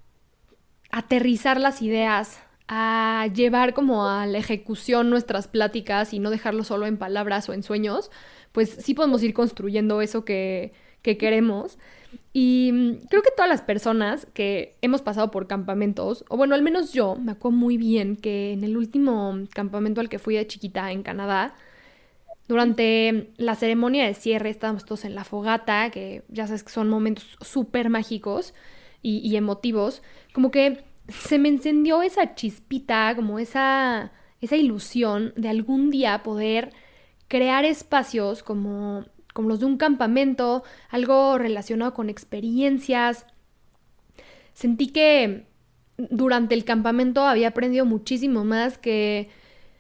aterrizar las ideas, a llevar como a la ejecución nuestras pláticas y no dejarlo solo en palabras o en sueños, pues sí podemos ir construyendo eso que queremos. Y creo que todas las personas que hemos pasado por campamentos, o bueno, al menos yo, me acuerdo muy bien que en el último campamento al que fui de chiquita en Canadá, durante la ceremonia de cierre estábamos todos en la fogata, que ya sabes que son momentos súper mágicos y emotivos, como que se me encendió esa chispita, como esa ilusión de algún día poder crear espacios como los de un campamento, algo relacionado con experiencias. Sentí que durante el campamento había aprendido muchísimo más que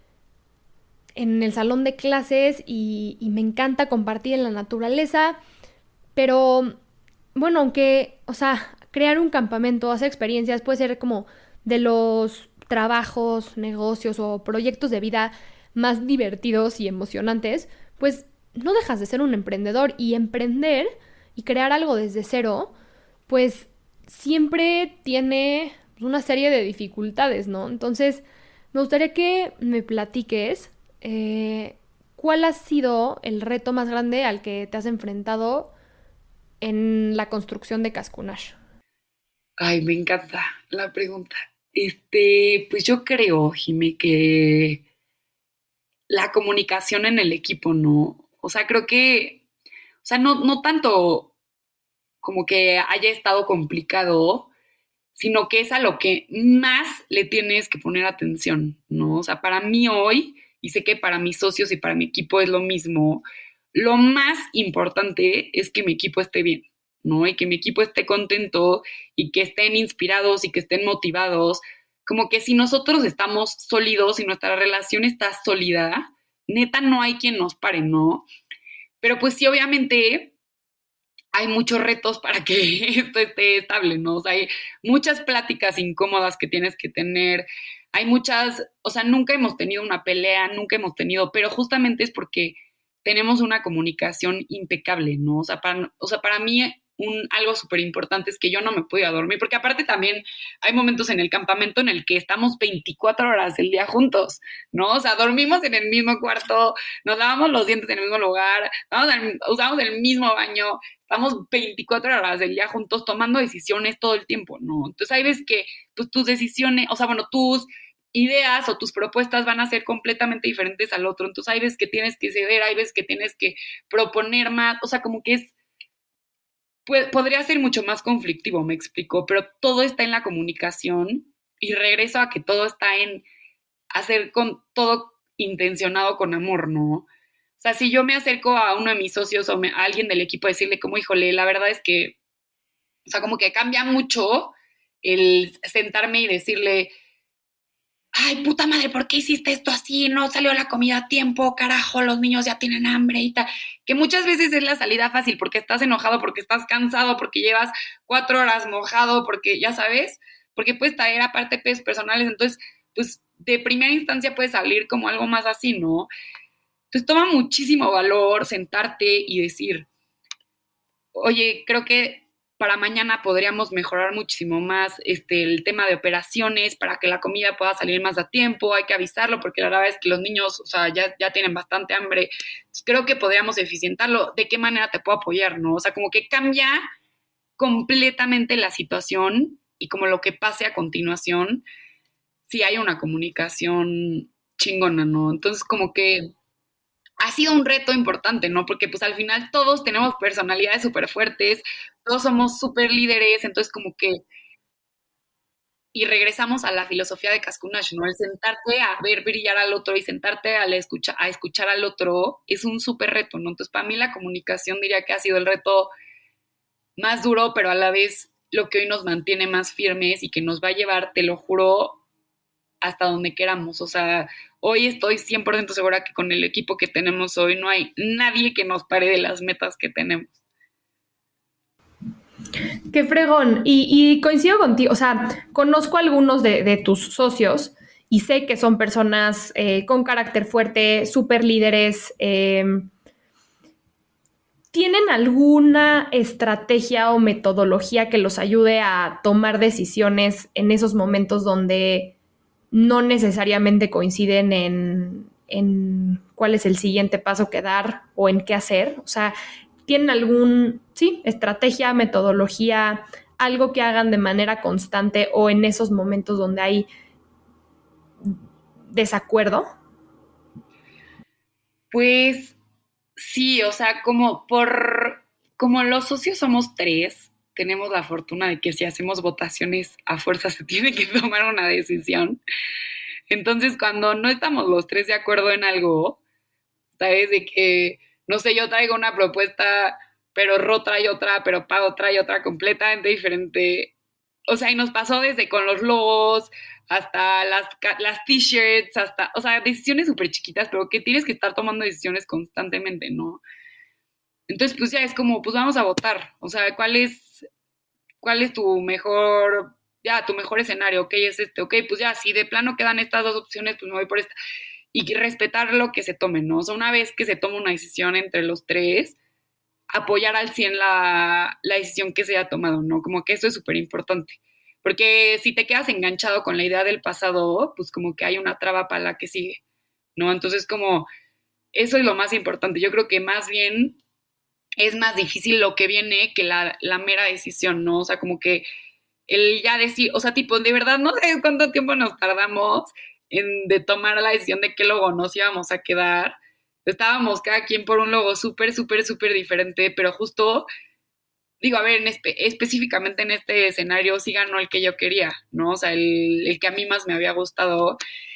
en el salón de clases y me encanta compartir en la naturaleza, pero bueno, aunque, o sea, crear un campamento, hacer experiencias puede ser como de los trabajos, negocios o proyectos de vida más divertidos y emocionantes, pues no dejas de ser un emprendedor y emprender y crear algo desde cero, pues siempre tiene una serie de dificultades, ¿no? Entonces, me gustaría que me platiques cuál ha sido el reto más grande al que te has enfrentado en la construcción de Cascunash. Ay, me encanta la pregunta. Pues yo creo, Jimé, que la comunicación en el equipo, ¿no? O sea, creo que, o sea, no tanto como que haya estado complicado, sino que es a lo que más le tienes que poner atención, ¿no? O sea, para mí hoy, y sé que para mis socios y para mi equipo es lo mismo, lo más importante es que mi equipo esté bien, ¿no? Y que mi equipo esté contento y que estén inspirados y que estén motivados. Como que si nosotros estamos sólidos y nuestra relación está sólida, neta no hay quien nos pare, ¿no? Pero pues sí, obviamente hay muchos retos para que esto esté estable, ¿no? O sea, hay muchas pláticas incómodas que tienes que tener, hay muchas, o sea, nunca hemos tenido una pelea, nunca hemos tenido, pero justamente es porque tenemos una comunicación impecable, ¿no? O sea, para mí algo súper importante es que yo no me podía dormir, porque aparte también hay momentos en el campamento en el que estamos 24 horas del día juntos, ¿no? O sea, dormimos en el mismo cuarto, nos lavamos los dientes en el mismo lugar, usamos el mismo baño, estamos 24 horas del día juntos tomando decisiones todo el tiempo, ¿no? Entonces hay veces que pues, tus decisiones, o sea, bueno, tus ideas o tus propuestas van a ser completamente diferentes al otro, entonces hay veces que tienes que ceder, hay veces que tienes que proponer más, o sea, como que podría ser mucho más conflictivo, me explico, pero todo está en la comunicación y regreso a que todo está en hacer con todo intencionado con amor, ¿no? O sea, si yo me acerco a uno de mis socios o a alguien del equipo a decirle como, híjole, la verdad es que, o sea, como que cambia mucho el sentarme y decirle, ay, puta madre, ¿por qué hiciste esto así? No salió la comida a tiempo, carajo, los niños ya tienen hambre y tal. Que muchas veces es la salida fácil porque estás enojado, porque estás cansado, porque llevas 4 horas mojado, porque ya sabes, porque puedes traer aparte pedos personales. Entonces, pues de primera instancia puede salir como algo más así, ¿no? Entonces toma muchísimo valor sentarte y decir, oye, creo que para mañana podríamos mejorar muchísimo más el tema de operaciones para que la comida pueda salir más a tiempo, hay que avisarlo porque la verdad es que los niños, o sea, ya tienen bastante hambre. Entonces, creo que podríamos eficientarlo. ¿De qué manera te puedo apoyar, no? O sea, como que cambia completamente la situación y como lo que pase a continuación, si hay una comunicación chingona, ¿no? Entonces, como que ha sido un reto importante, ¿no? Porque pues al final todos tenemos personalidades súper fuertes, todos somos súper líderes, entonces como que, y regresamos a la filosofía de Cascunash, ¿no? El sentarte a ver brillar al otro y sentarte a escuchar al otro es un súper reto, ¿no? Entonces para mí la comunicación diría que ha sido el reto más duro, pero a la vez lo que hoy nos mantiene más firmes y que nos va a llevar, te lo juro, hasta donde queramos. O sea, hoy estoy 100% segura que con el equipo que tenemos hoy no hay nadie que nos pare de las metas que tenemos. Qué fregón. Y coincido contigo, o sea, conozco a algunos de tus socios y sé que son personas con carácter fuerte, súper líderes. ¿Tienen alguna estrategia o metodología que los ayude a tomar decisiones en esos momentos donde no necesariamente coinciden en cuál es el siguiente paso que dar o en qué hacer? O sea, ¿tienen algún, sí, estrategia, metodología, algo que hagan de manera constante o en esos momentos donde hay desacuerdo? Pues sí, o sea, como los socios somos tres, tenemos la fortuna de que si hacemos votaciones a fuerza se tiene que tomar una decisión. Entonces, cuando no estamos los tres de acuerdo en algo, ¿sabes? De que, no sé, yo traigo una propuesta, pero Ro trae otra, pero Pau trae otra completamente diferente. O sea, y nos pasó desde con los logos hasta las t-shirts, hasta, o sea, decisiones súper chiquitas, pero que tienes que estar tomando decisiones constantemente, ¿no? Entonces, pues ya es como, pues vamos a votar. O sea, ¿cuál es tu mejor, ya, tu mejor escenario? Ok, es este, ok, pues ya, si de plano quedan estas dos opciones, pues me voy por esta y respetar lo que se tome, ¿no? O sea, una vez que se toma una decisión entre los tres, apoyar al 100 la decisión que se haya tomado, ¿no? Como que eso es súper importante. Porque si te quedas enganchado con la idea del pasado, pues como que hay una traba para la que sigue, ¿no? Entonces, como eso es lo más importante. Yo creo que más bien es más difícil lo que viene que la mera decisión, ¿no? O sea, como que el ya decir, o sea, tipo, de verdad no sé cuánto tiempo nos tardamos de tomar la decisión de qué logo nos íbamos a quedar. Estábamos cada quien por un logo súper, súper, súper diferente, pero justo, digo, a ver, específicamente en este escenario sí ganó el que yo quería, ¿no? O sea, el que a mí más me había gustado.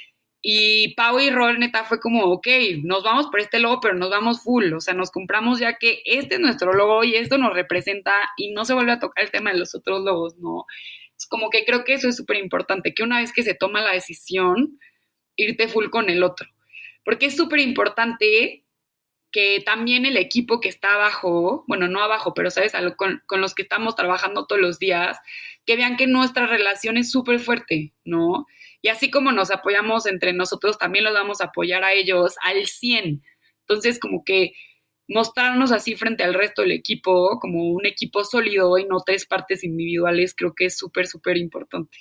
Y Pau y Rol, neta, fue como, ok, nos vamos por este logo, pero nos vamos full. O sea, nos compramos ya que este es nuestro logo y esto nos representa y no se vuelve a tocar el tema de los otros logos, ¿no? Es como que creo que eso es súper importante, que una vez que se toma la decisión, irte full con el otro. Porque es súper importante que también el equipo que está abajo, bueno, no abajo, pero sabes, con los que estamos trabajando todos los días, que vean que nuestra relación es súper fuerte, ¿no? Y así como nos apoyamos entre nosotros, también los vamos a apoyar a ellos al 100. Entonces, como que mostrarnos así frente al resto del equipo, como un equipo sólido y no tres partes individuales, creo que es súper, súper importante.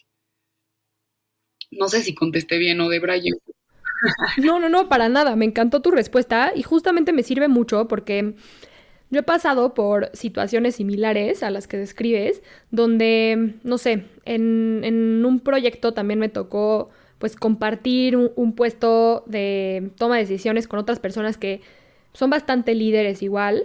No sé si contesté bien o de Brian. No, no, no, para nada. Me encantó tu respuesta y justamente me sirve mucho porque yo he pasado por situaciones similares a las que describes, donde, no sé, en un proyecto también me tocó pues compartir un puesto de toma de decisiones con otras personas que son bastante líderes igual.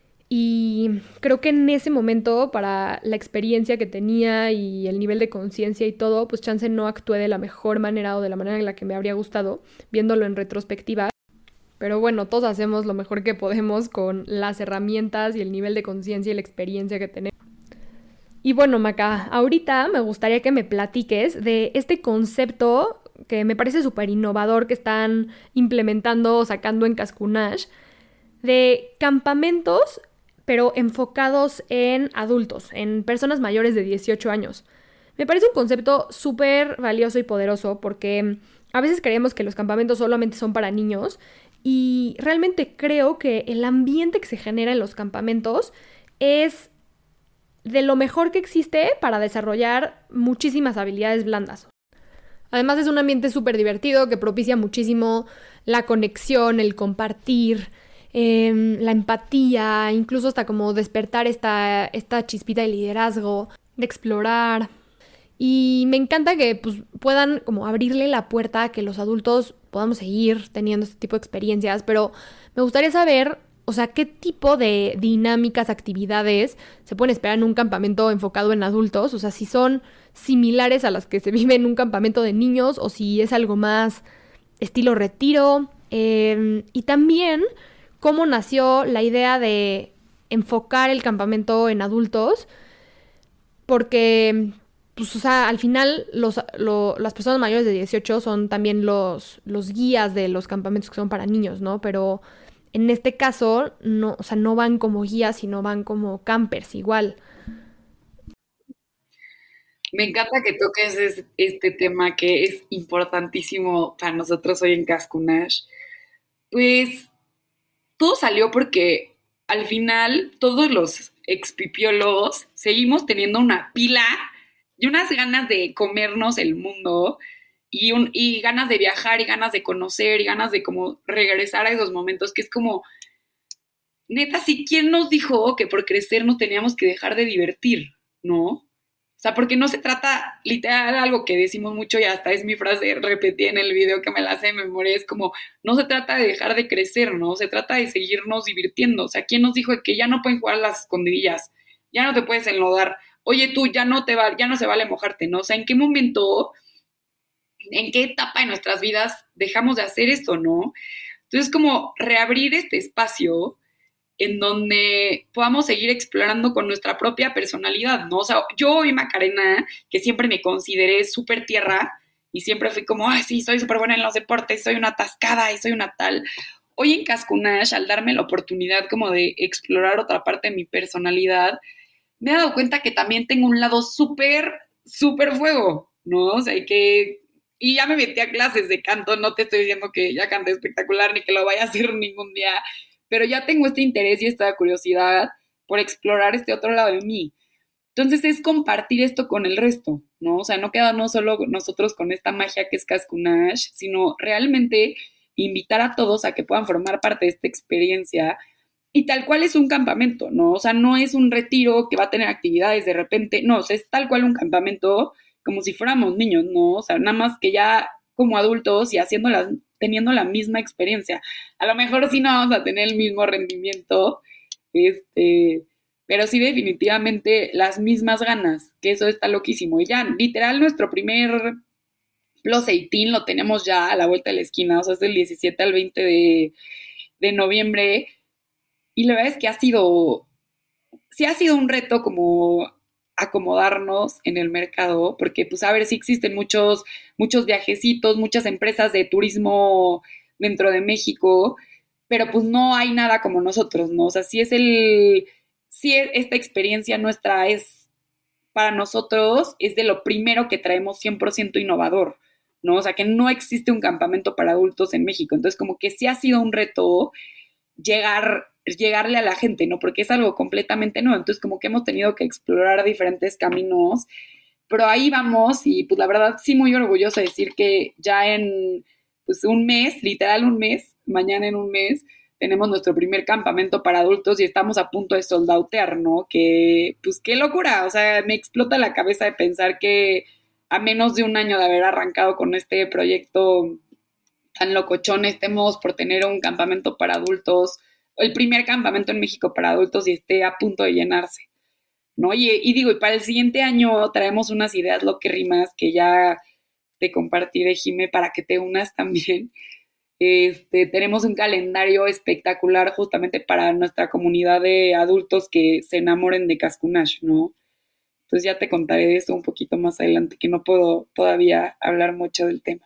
Y creo que en ese momento, para la experiencia que tenía y el nivel de conciencia y todo, pues chance no actué de la mejor manera o de la manera en la que me habría gustado, viéndolo en retrospectiva. Pero bueno, todos hacemos lo mejor que podemos con las herramientas y el nivel de conciencia y la experiencia que tenemos. Y bueno, Maca, ahorita me gustaría que me platiques de este concepto que me parece súper innovador que están implementando o sacando en Cascunash, de campamentos, pero enfocados en adultos, en personas mayores de 18 años. Me parece un concepto súper valioso y poderoso porque a veces creemos que los campamentos solamente son para niños y realmente creo que el ambiente que se genera en los campamentos es de lo mejor que existe para desarrollar muchísimas habilidades blandas. Además es un ambiente súper divertido que propicia muchísimo la conexión, el compartir, la empatía, incluso hasta como despertar esta chispita de liderazgo, de explorar. Y me encanta que pues, puedan como abrirle la puerta a que los adultos podamos seguir teniendo este tipo de experiencias, pero me gustaría saber, o sea, qué tipo de dinámicas, actividades se pueden esperar en un campamento enfocado en adultos, o sea, si son similares a las que se vive en un campamento de niños o si es algo más estilo retiro, y también cómo nació la idea de enfocar el campamento en adultos, porque pues, o sea, al final las personas mayores de 18 son también los guías de los campamentos que son para niños, ¿no? Pero en este caso, no, o sea, no van como guías, sino van como campers igual. Me encanta que toques este tema que es importantísimo para nosotros hoy en Cascunash. Pues todo salió porque al final todos los expipiólogos seguimos teniendo una pila y unas ganas de comernos el mundo y ganas de viajar y ganas de conocer y ganas de como regresar a esos momentos que es como, neta, si quién nos dijo que por crecer nos teníamos que dejar de divertir, ¿no? O sea, porque no se trata, literal, algo que decimos mucho y hasta es mi frase repetida en el video que me la sé de memoria, es como, no se trata de dejar de crecer, ¿no? Se trata de seguirnos divirtiendo. O sea, ¿quién nos dijo que ya no pueden jugar las escondidillas? Ya no te puedes enlodar. Oye, tú, ya no se vale mojarte, ¿no? O sea, ¿en qué momento, en qué etapa de nuestras vidas dejamos de hacer esto, ¿no? Entonces, como reabrir este espacio en donde podamos seguir explorando con nuestra propia personalidad, ¿no? O sea, yo hoy, Macarena, que siempre me consideré súper tierra y siempre fui como, ay, sí, soy súper buena en los deportes, soy una atascada y soy una tal. Hoy en Cascunash, al darme la oportunidad como de explorar otra parte de mi personalidad, me he dado cuenta que también tengo un lado súper, súper fuego, ¿no? O sea, y ya me metí a clases de canto, no te estoy diciendo que ya cante espectacular ni que lo vaya a hacer ningún día, pero ya tengo este interés y esta curiosidad por explorar este otro lado de mí. Entonces es compartir esto con el resto, ¿no? O sea, no quedarnos solo nosotros con esta magia que es Cascunash, sino realmente invitar a todos a que puedan formar parte de esta experiencia y tal cual es un campamento, ¿no? O sea, no es un retiro que va a tener actividades de repente, no, o sea, es tal cual un campamento como si fuéramos niños, ¿no? O sea, nada más que ya como adultos y teniendo la misma experiencia. A lo mejor sí no vamos a tener el mismo rendimiento, pero sí definitivamente las mismas ganas, que eso está loquísimo. Y ya, literal, nuestro primer Plus 18 lo tenemos ya a la vuelta de la esquina, o sea, es del 17 al 20 de noviembre. Y la verdad es que sí ha sido un reto como acomodarnos en el mercado, porque pues a ver, sí existen muchos viajecitos, muchas empresas de turismo dentro de México, pero pues no hay nada como nosotros, ¿no? O sea, esta experiencia nuestra es, para nosotros, es de lo primero que traemos 100% innovador, ¿no? O sea, que no existe un campamento para adultos en México, entonces como que sí ha sido un reto llegarle a la gente, ¿no? Porque es algo completamente nuevo. Entonces, como que hemos tenido que explorar diferentes caminos, pero ahí vamos y pues la verdad sí muy orgullosa de decir que ya en pues un mes, literal un mes, mañana en un mes, tenemos nuestro primer campamento para adultos y estamos a punto de soldautear, ¿no? Que pues qué locura, o sea, me explota la cabeza de pensar que a menos de un año de haber arrancado con este proyecto tan locochón estemos por tener un campamento para adultos, el primer campamento en México para adultos y esté a punto de llenarse, ¿no? Y digo, y para el siguiente año traemos unas ideas loquérrimas que ya te compartiré, Jime, para que te unas también. Tenemos un calendario espectacular justamente para nuestra comunidad de adultos que se enamoren de Cascunash, ¿no? Entonces ya te contaré de eso un poquito más adelante, que no puedo todavía hablar mucho del tema.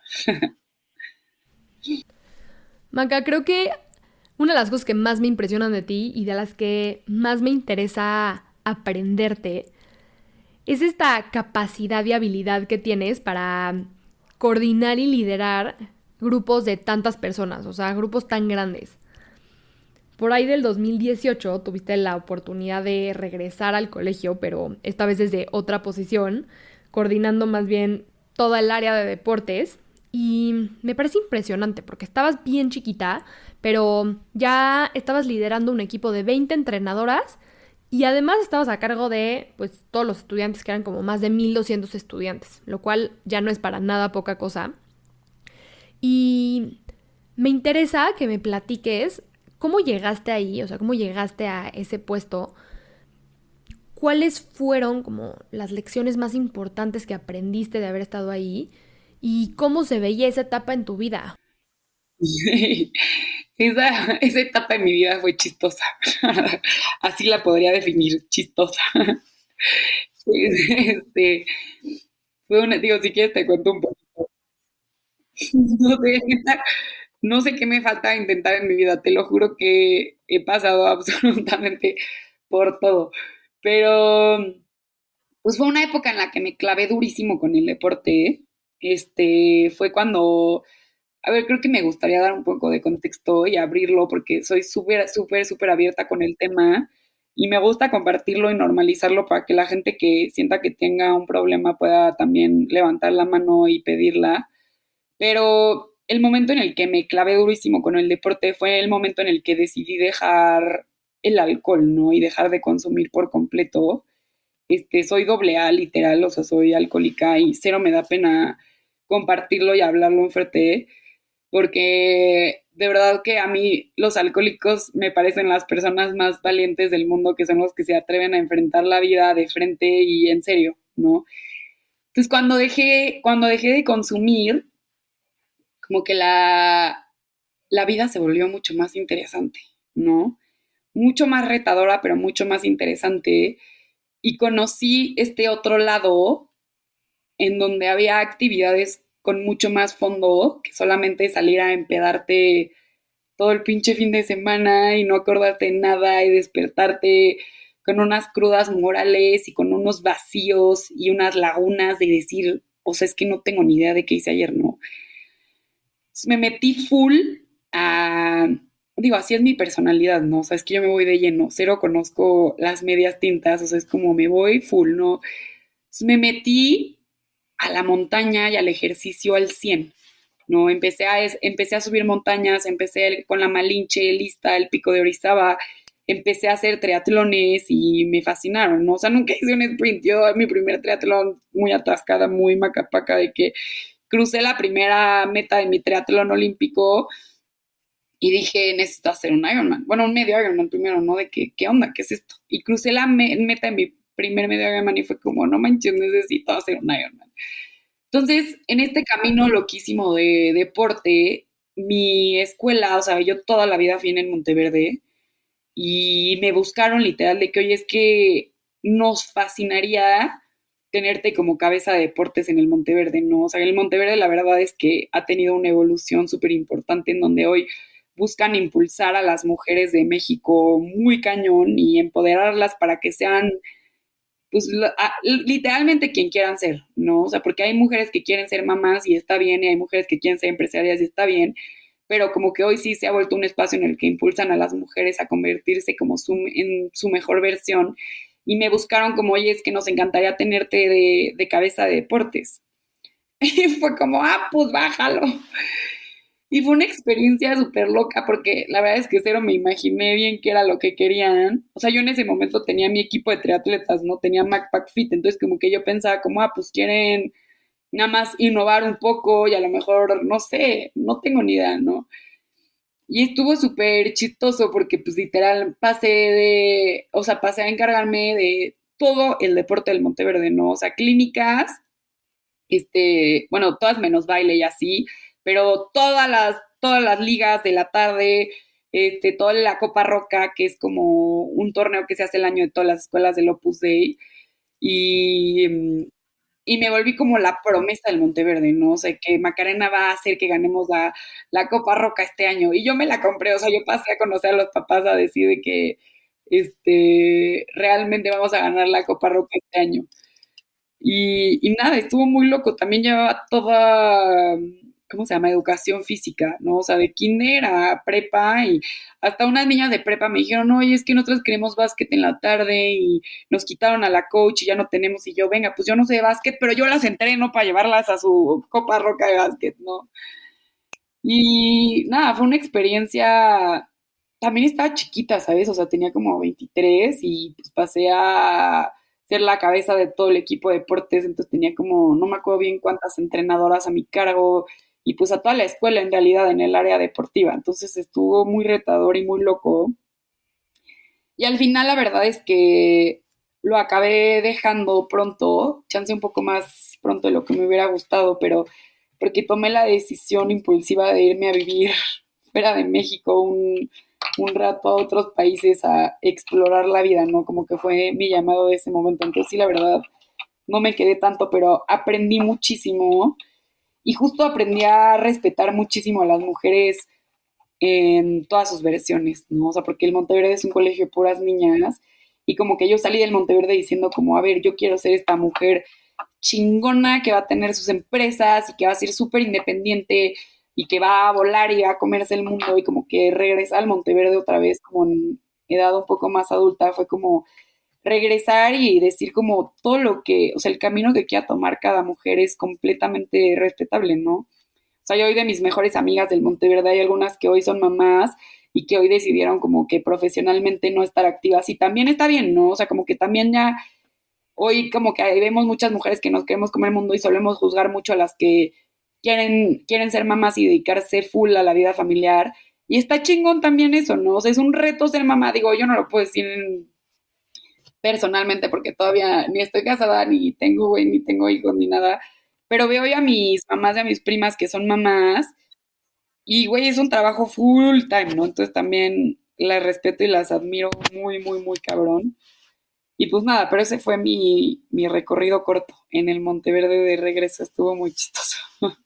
Maca, creo que una de las cosas que más me impresionan de ti y de las que más me interesa aprenderte es esta capacidad y habilidad que tienes para coordinar y liderar grupos de tantas personas, o sea, grupos tan grandes. Por ahí del 2018 tuviste la oportunidad de regresar al colegio, pero esta vez desde otra posición, coordinando más bien toda el área de deportes. Y me parece impresionante porque estabas bien chiquita, pero ya estabas liderando un equipo de 20 entrenadoras y además estabas a cargo de pues todos los estudiantes, que eran como más de 1,200 estudiantes, lo cual ya no es para nada poca cosa. Y me interesa que me platiques cómo llegaste ahí, o sea, cómo llegaste a ese puesto, cuáles fueron como las lecciones más importantes que aprendiste de haber estado ahí y cómo se veía esa etapa en tu vida. Sí, esa etapa de mi vida fue chistosa. Así la podría definir, chistosa. Este, fue una, digo, si quieres te cuento un poco. No sé, neta, no sé qué me falta intentar en mi vida, te lo juro que he pasado absolutamente por todo. Pero pues fue una época en la que me clavé durísimo con el deporte. Fue cuando, a ver, creo que me gustaría dar un poco de contexto y abrirlo porque soy súper, súper, súper abierta con el tema y me gusta compartirlo y normalizarlo para que la gente que sienta que tenga un problema pueda también levantar la mano y pedirla. Pero el momento en el que me clavé durísimo con el deporte fue el momento en el que decidí dejar el alcohol, ¿no? Y dejar de consumir por completo. Soy doble A, literal, o sea, soy alcohólica y cero me da pena compartirlo y hablarlo en frente, porque de verdad que a mí los alcohólicos me parecen las personas más valientes del mundo, que son los que se atreven a enfrentar la vida de frente y en serio, ¿no? Entonces, cuando dejé de consumir, como que la vida se volvió mucho más interesante, ¿no? Mucho más retadora, pero mucho más interesante. Y conocí este otro lado en donde había actividades con mucho más fondo que solamente salir a empedarte todo el pinche fin de semana y no acordarte de nada y despertarte con unas crudas morales y con unos vacíos y unas lagunas de decir, o sea, es que no tengo ni idea de qué hice ayer, ¿no? Me metí full a, digo, así es mi personalidad, ¿no? O sea, es que yo me voy de lleno, cero conozco las medias tintas, o sea, es como me voy full, ¿no? Entonces me metí a la montaña y al ejercicio al 100, ¿no? Empecé a subir montañas, con la Malinche, Lista, el Pico de Orizaba, empecé a hacer triatlones y me fascinaron, ¿no? O sea, nunca hice un sprint, yo mi primer triatlón muy atascada, muy macapaca, de que crucé la primera meta de mi triatlón olímpico y dije, necesito hacer un Ironman. Bueno, un medio Ironman primero, ¿no? De que, ¿qué onda? ¿Qué es esto? Y crucé la meta de mi primer medio Ironman y fue como, no manches, necesito hacer un Ironman. Entonces, en este camino loquísimo de deporte, mi escuela, o sea, yo toda la vida fui en el Monteverde y me buscaron literal de que, oye, es que nos fascinaría tenerte como cabeza de deportes en el Monteverde, ¿no? O sea, el Monteverde la verdad es que ha tenido una evolución súper importante en donde hoy buscan impulsar a las mujeres de México muy cañón y empoderarlas para que sean, pues, literalmente quien quieran ser, ¿no? O sea, porque hay mujeres que quieren ser mamás y está bien, y hay mujeres que quieren ser empresarias y está bien, pero como que hoy sí se ha vuelto un espacio en el que impulsan a las mujeres a convertirse como en su mejor versión. Y me buscaron como, oye, es que nos encantaría tenerte de cabeza de deportes. Y fue como, pues bájalo. Y fue una experiencia súper loca porque la verdad es que cero me imaginé bien qué era lo que querían. O sea, yo en ese momento tenía mi equipo de triatletas, ¿no? Tenía MacPack Fit, entonces como que yo pensaba como, pues quieren nada más innovar un poco y a lo mejor, no sé, no tengo ni idea, ¿no? Y estuvo súper chistoso porque pues literal pasé a encargarme de todo el deporte del Monteverde, ¿no? O sea, clínicas, bueno, todas menos baile y así, pero todas las ligas de la tarde, toda la Copa Roca, que es como un torneo que se hace el año de todas las escuelas del Opus Dei, y, y me volví como la promesa del Monteverde, ¿no? O sea, que Macarena va a hacer que ganemos la Copa Roca este año. Y yo me la compré, o sea, yo pasé a conocer a los papás a decir de que realmente vamos a ganar la Copa Roca este año. Y nada, estuvo muy loco. También llevaba ¿cómo se llama? Educación física, ¿no? O sea, de kinder a prepa y hasta unas niñas de prepa me dijeron, oye, es que nosotros queremos básquet en la tarde y nos quitaron a la coach y ya no tenemos. Y yo, venga, pues yo no sé de básquet, pero yo las entreno para llevarlas a su copa roca de básquet, ¿no? Y nada, fue una experiencia, también estaba chiquita, ¿sabes? O sea, tenía como 23 y pues pasé a ser la cabeza de todo el equipo de deportes, entonces tenía como, no me acuerdo bien cuántas entrenadoras a mi cargo y pues a toda la escuela en realidad en el área deportiva, entonces estuvo muy retador y muy loco. Y al final la verdad es que lo acabé dejando pronto, chance un poco más pronto de lo que me hubiera gustado, pero porque tomé la decisión impulsiva de irme a vivir fuera de México un rato a otros países a explorar la vida, ¿no? Como que fue mi llamado de ese momento. Entonces sí, la verdad, no me quedé tanto, pero aprendí muchísimo y justo aprendí a respetar muchísimo a las mujeres en todas sus versiones, ¿no? O sea, porque el Monteverde es un colegio de puras niñas y como que yo salí del Monteverde diciendo como, a ver, yo quiero ser esta mujer chingona que va a tener sus empresas y que va a ser súper independiente y que va a volar y va a comerse el mundo y como que regresar al Monteverde otra vez como en edad un poco más adulta fue como regresar y decir como todo lo que, o sea, el camino que quiera tomar cada mujer es completamente respetable, ¿no? O sea, yo hoy de mis mejores amigas del Monteverde hay algunas que hoy son mamás y que hoy decidieron como que profesionalmente no estar activas y también está bien, ¿no? O sea, como que también ya hoy como que vemos muchas mujeres que nos queremos comer el mundo y solemos juzgar mucho a las que quieren ser mamás y dedicarse full a la vida familiar. Y está chingón también eso, ¿no? O sea, es un reto ser mamá. Digo, yo no lo puedo decir personalmente porque todavía ni estoy casada, ni tengo, güey, ni tengo hijos, ni nada. Pero veo ya a mis mamás y a mis primas que son mamás y, güey, es un trabajo full time, ¿no? Entonces también las respeto y las admiro muy, muy, muy cabrón. Y pues nada, pero ese fue mi recorrido corto en el Monteverde de regreso. Estuvo muy chistoso.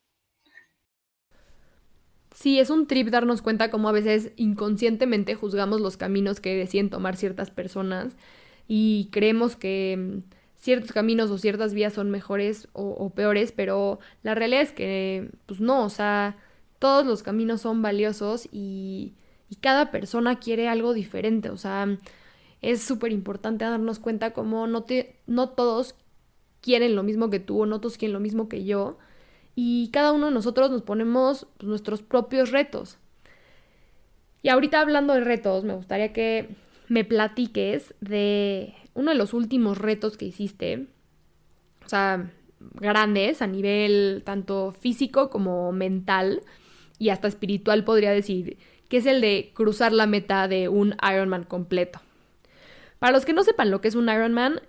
Sí, es un trip darnos cuenta cómo a veces inconscientemente juzgamos los caminos que deciden tomar ciertas personas y creemos que ciertos caminos o ciertas vías son mejores o peores, pero la realidad es que pues no, o sea, todos los caminos son valiosos y cada persona quiere algo diferente, o sea, es súper importante darnos cuenta cómo no todos quieren lo mismo que tú o no todos quieren lo mismo que yo y cada uno de nosotros nos ponemos pues, nuestros propios retos. Y ahorita hablando de retos, me gustaría que me platiques de uno de los últimos retos que hiciste, o sea, grandes a nivel tanto físico como mental y hasta espiritual podría decir, que es el de cruzar la meta de un Ironman completo. Para los que no sepan lo que es un Ironman,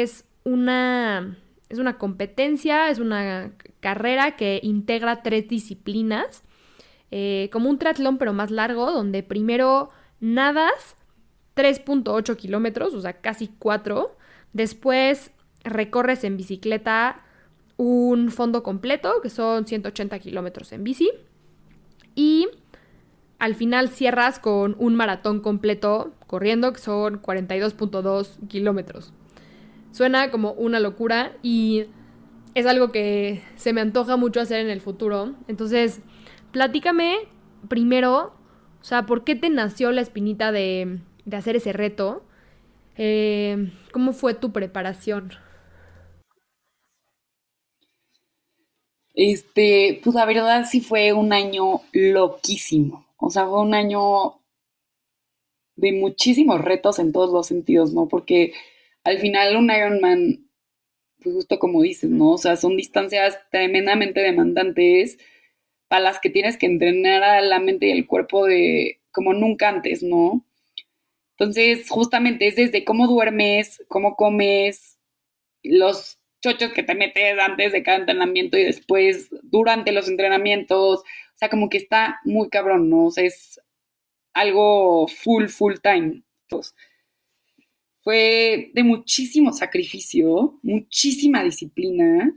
es una competencia, es una carrera que integra 3 disciplinas, como un triatlón pero más largo, donde primero nadas 3.8 kilómetros, o sea, casi 4. Después recorres en bicicleta un fondo completo, que son 180 kilómetros en bici. Y al final cierras con un maratón completo corriendo, que son 42.2 kilómetros. Suena como una locura y es algo que se me antoja mucho hacer en el futuro. Entonces, platícame primero, o sea, ¿por qué te nació la espinita de hacer ese reto? ¿Cómo fue tu preparación? Pues la verdad sí fue un año loquísimo. O sea, fue un año de muchísimos retos en todos los sentidos, ¿no? Porque al final un Ironman, pues justo como dices, ¿no? O sea, son distancias tremendamente demandantes para las que tienes que entrenar a la mente y el cuerpo de como nunca antes, ¿no? Entonces, justamente es desde cómo duermes, cómo comes, los chochos que te metes antes de cada entrenamiento y después durante los entrenamientos. O sea, como que está muy cabrón, ¿no? O sea, es algo full time. Pues, fue de muchísimo sacrificio, muchísima disciplina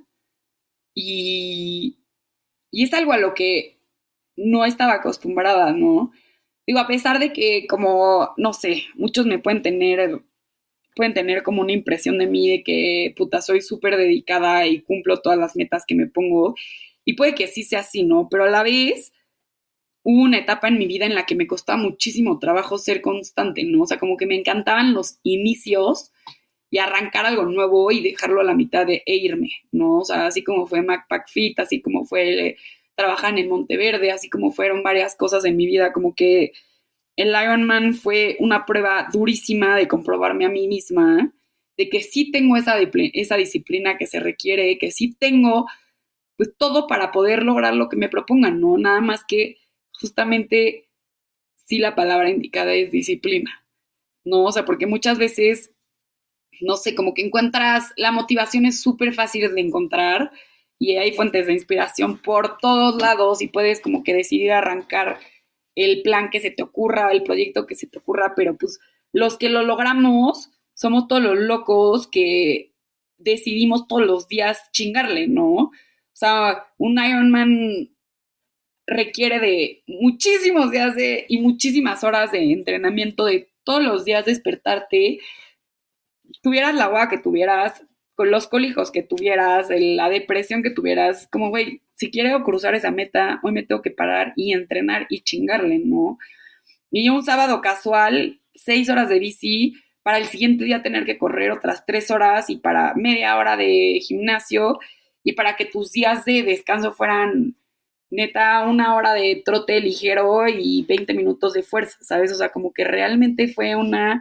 y, y es algo a lo que no estaba acostumbrada, ¿no? Digo, a pesar de que como, no sé, muchos me pueden tener como una impresión de mí de que, puta, soy súper dedicada y cumplo todas las metas que me pongo. Y puede que sí sea así, ¿no? Pero a la vez hubo una etapa en mi vida en la que me costaba muchísimo trabajo ser constante, ¿no? O sea, como que me encantaban los inicios y arrancar algo nuevo y dejarlo a la mitad e irme, ¿no? O sea, así como fue MacPack Fit, así como fue trabajar en Monteverde, así como fueron varias cosas en mi vida, como que el Ironman fue una prueba durísima de comprobarme a mí misma, de que sí tengo esa disciplina que se requiere, que sí tengo pues todo para poder lograr lo que me propongan, ¿no? Nada más que justamente sí la palabra indicada es disciplina, ¿no? O sea, porque muchas veces, no sé, como que encuentras, la motivación es súper fácil de encontrar y hay fuentes de inspiración por todos lados y puedes como que decidir arrancar el plan que se te ocurra, el proyecto que se te ocurra, pero pues los que lo logramos somos todos los locos que decidimos todos los días chingarle, ¿no? O sea, un Ironman requiere de muchísimos días y muchísimas horas de entrenamiento, de todos los días despertarte, tuvieras la agua que tuvieras, con los cólicos que tuvieras, la depresión que tuvieras, como, güey, si quiero cruzar esa meta, hoy me tengo que parar y entrenar y chingarle, ¿no? Y un sábado casual, 6 horas de bici, para el siguiente día tener que correr otras 3 horas y para media hora de gimnasio y para que tus días de descanso fueran neta 1 hora de trote ligero y 20 minutos de fuerza, ¿sabes? O sea, como que realmente fue una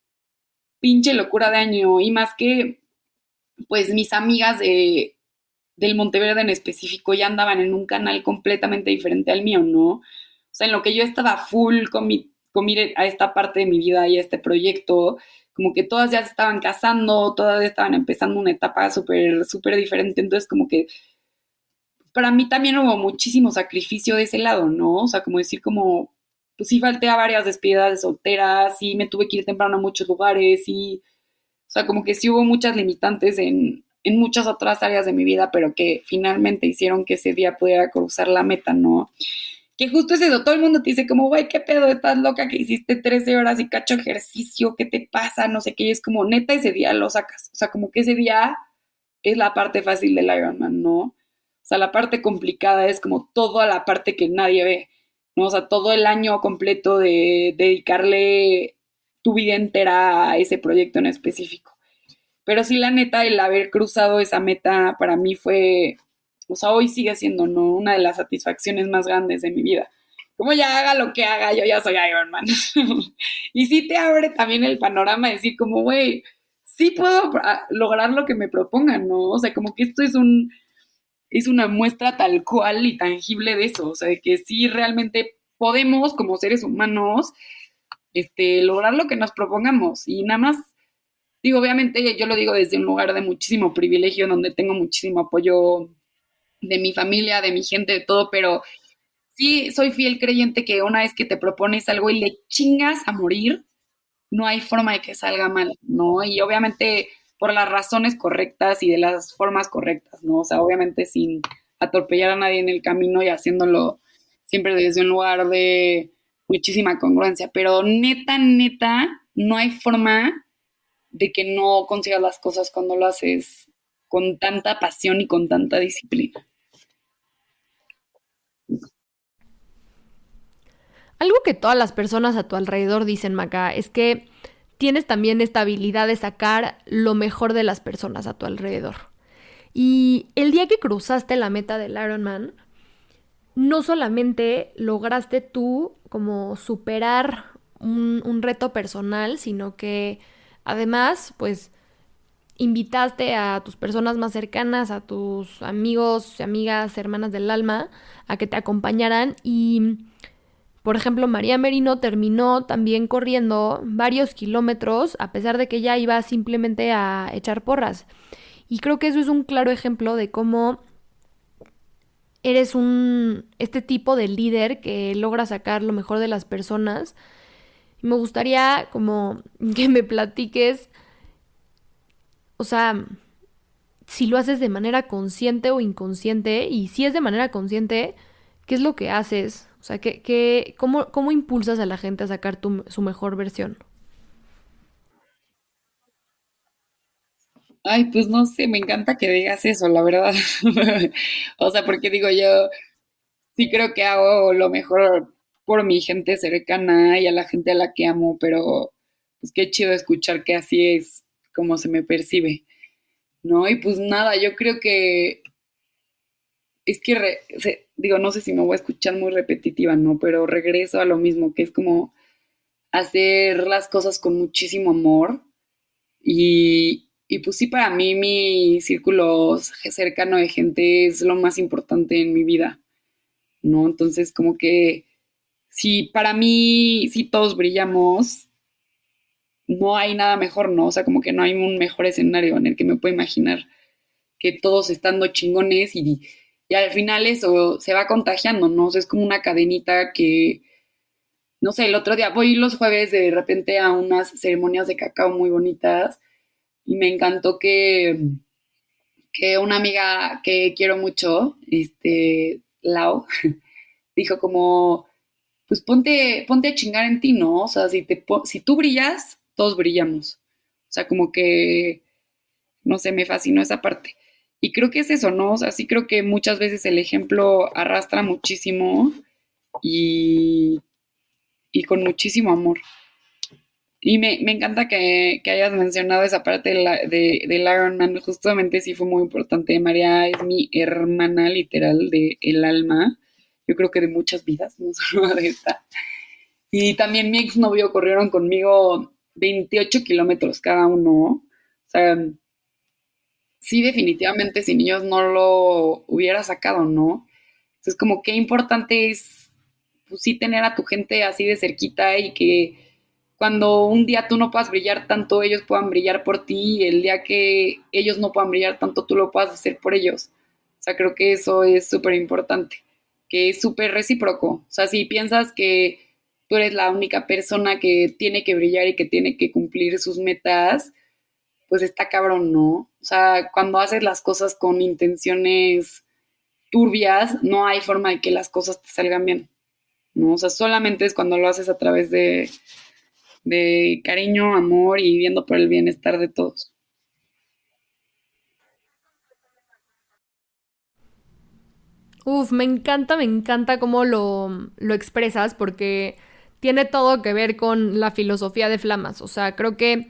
pinche locura de año y más que pues mis amigas del Monteverde en específico ya andaban en un canal completamente diferente al mío, ¿no? O sea, en lo que yo estaba full con a esta parte de mi vida y a este proyecto, como que todas ya se estaban casando, todas estaban empezando una etapa súper, súper diferente, entonces como que para mí también hubo muchísimo sacrificio de ese lado, ¿no? O sea, como decir como, pues sí falté a varias despedidas de solteras, sí me tuve que ir temprano a muchos lugares, y o sea, como que sí hubo muchas limitantes en muchas otras áreas de mi vida, pero que finalmente hicieron que ese día pudiera cruzar la meta, ¿no? Que justo es eso, todo el mundo te dice como, güey, ¿qué pedo? Estás loca que hiciste 13 horas y cacho ejercicio, ¿qué te pasa? No sé qué, y es como, neta, ese día lo sacas. O sea, como que ese día es la parte fácil del Ironman, ¿no? O sea, la parte complicada es como toda la parte que nadie ve, ¿no? O sea, todo el año completo de dedicarle tu vida entera a ese proyecto en específico. Pero sí, la neta, el haber cruzado esa meta para mí fue, o sea, hoy sigue siendo, ¿no? Una de las satisfacciones más grandes de mi vida. Como ya haga lo que haga, yo ya soy Iron Man. Y sí te abre también el panorama de decir como, güey, sí puedo lograr lo que me propongan, ¿no? O sea, como que esto es una muestra tal cual y tangible de eso, o sea, de que sí realmente podemos como seres humanos lograr lo que nos propongamos y nada más. Digo, obviamente yo lo digo desde un lugar de muchísimo privilegio, donde tengo muchísimo apoyo de mi familia, de mi gente, de todo, pero sí soy fiel creyente que una vez que te propones algo y le chingas a morir, no hay forma de que salga mal, ¿no? Y obviamente por las razones correctas y de las formas correctas, ¿no? O sea, obviamente sin atropellar a nadie en el camino y haciéndolo siempre desde un lugar de muchísima congruencia, pero neta, neta, no hay forma de que no consigas las cosas cuando lo haces con tanta pasión y con tanta disciplina. Algo que todas las personas a tu alrededor dicen, Maca, es que tienes también esta habilidad de sacar lo mejor de las personas a tu alrededor. Y el día que cruzaste la meta del Ironman, no solamente lograste tú como superar un reto personal, sino que además, pues, invitaste a tus personas más cercanas, a tus amigos, amigas, hermanas del alma, a que te acompañaran y, por ejemplo, María Merino terminó también corriendo varios kilómetros a pesar de que ella iba simplemente a echar porras. Y creo que eso es un claro ejemplo de cómo eres este tipo de líder que logra sacar lo mejor de las personas. Me gustaría como que me platiques, o sea, si lo haces de manera consciente o inconsciente, y si es de manera consciente, ¿qué es lo que haces? O sea, cómo impulsas a la gente a sacar su mejor versión? Ay, pues no sé, me encanta que digas eso, la verdad. O sea, porque digo yo, sí creo que hago lo mejor por mi gente cercana y a la gente a la que amo, pero pues qué chido escuchar que así es como se me percibe, ¿no? Y pues nada, yo creo que es que, digo, no sé si me voy a escuchar muy repetitiva, ¿no? Pero regreso a lo mismo, que es como hacer las cosas con muchísimo amor y pues sí, para mí mi círculo cercano de gente es lo más importante en mi vida, ¿no? Entonces, como que si para mí, si todos brillamos, no hay nada mejor, ¿no? O sea, como que no hay un mejor escenario en el que me puedo imaginar que todos estando chingones y al final eso se va contagiando, ¿no? O sea, es como una cadenita que, no sé, el otro día voy los jueves de repente a unas ceremonias de cacao muy bonitas y me encantó que una amiga que quiero mucho, Lau, dijo como, pues ponte a chingar en ti, ¿no? O sea, si tú brillas, todos brillamos. O sea, como que, no sé, me fascinó esa parte. Y creo que es eso, ¿no? O sea, sí creo que muchas veces el ejemplo arrastra muchísimo y, y con muchísimo amor. Y me encanta que hayas mencionado esa parte del Iron Man. Justamente sí fue muy importante. María es mi hermana literal de el alma. Yo creo que de muchas vidas, no solo de esta. Y también mi exnovio corrieron conmigo 28 kilómetros cada uno. O sea, sí, definitivamente sin ellos no lo hubiera sacado, ¿no? Entonces, como qué importante es, pues sí, tener a tu gente así de cerquita y que cuando un día tú no puedas brillar tanto, ellos puedan brillar por ti y el día que ellos no puedan brillar tanto, tú lo puedas hacer por ellos. O sea, creo que eso es súper importante, que es súper recíproco. O sea, si piensas que tú eres la única persona que tiene que brillar y que tiene que cumplir sus metas, pues está cabrón, ¿no? O sea, cuando haces las cosas con intenciones turbias, no hay forma de que las cosas te salgan bien, ¿no? O sea, solamente es cuando lo haces a través de cariño, amor y viendo por el bienestar de todos. Uf, me encanta cómo lo expresas porque tiene todo que ver con la filosofía de Flamas. O sea, creo que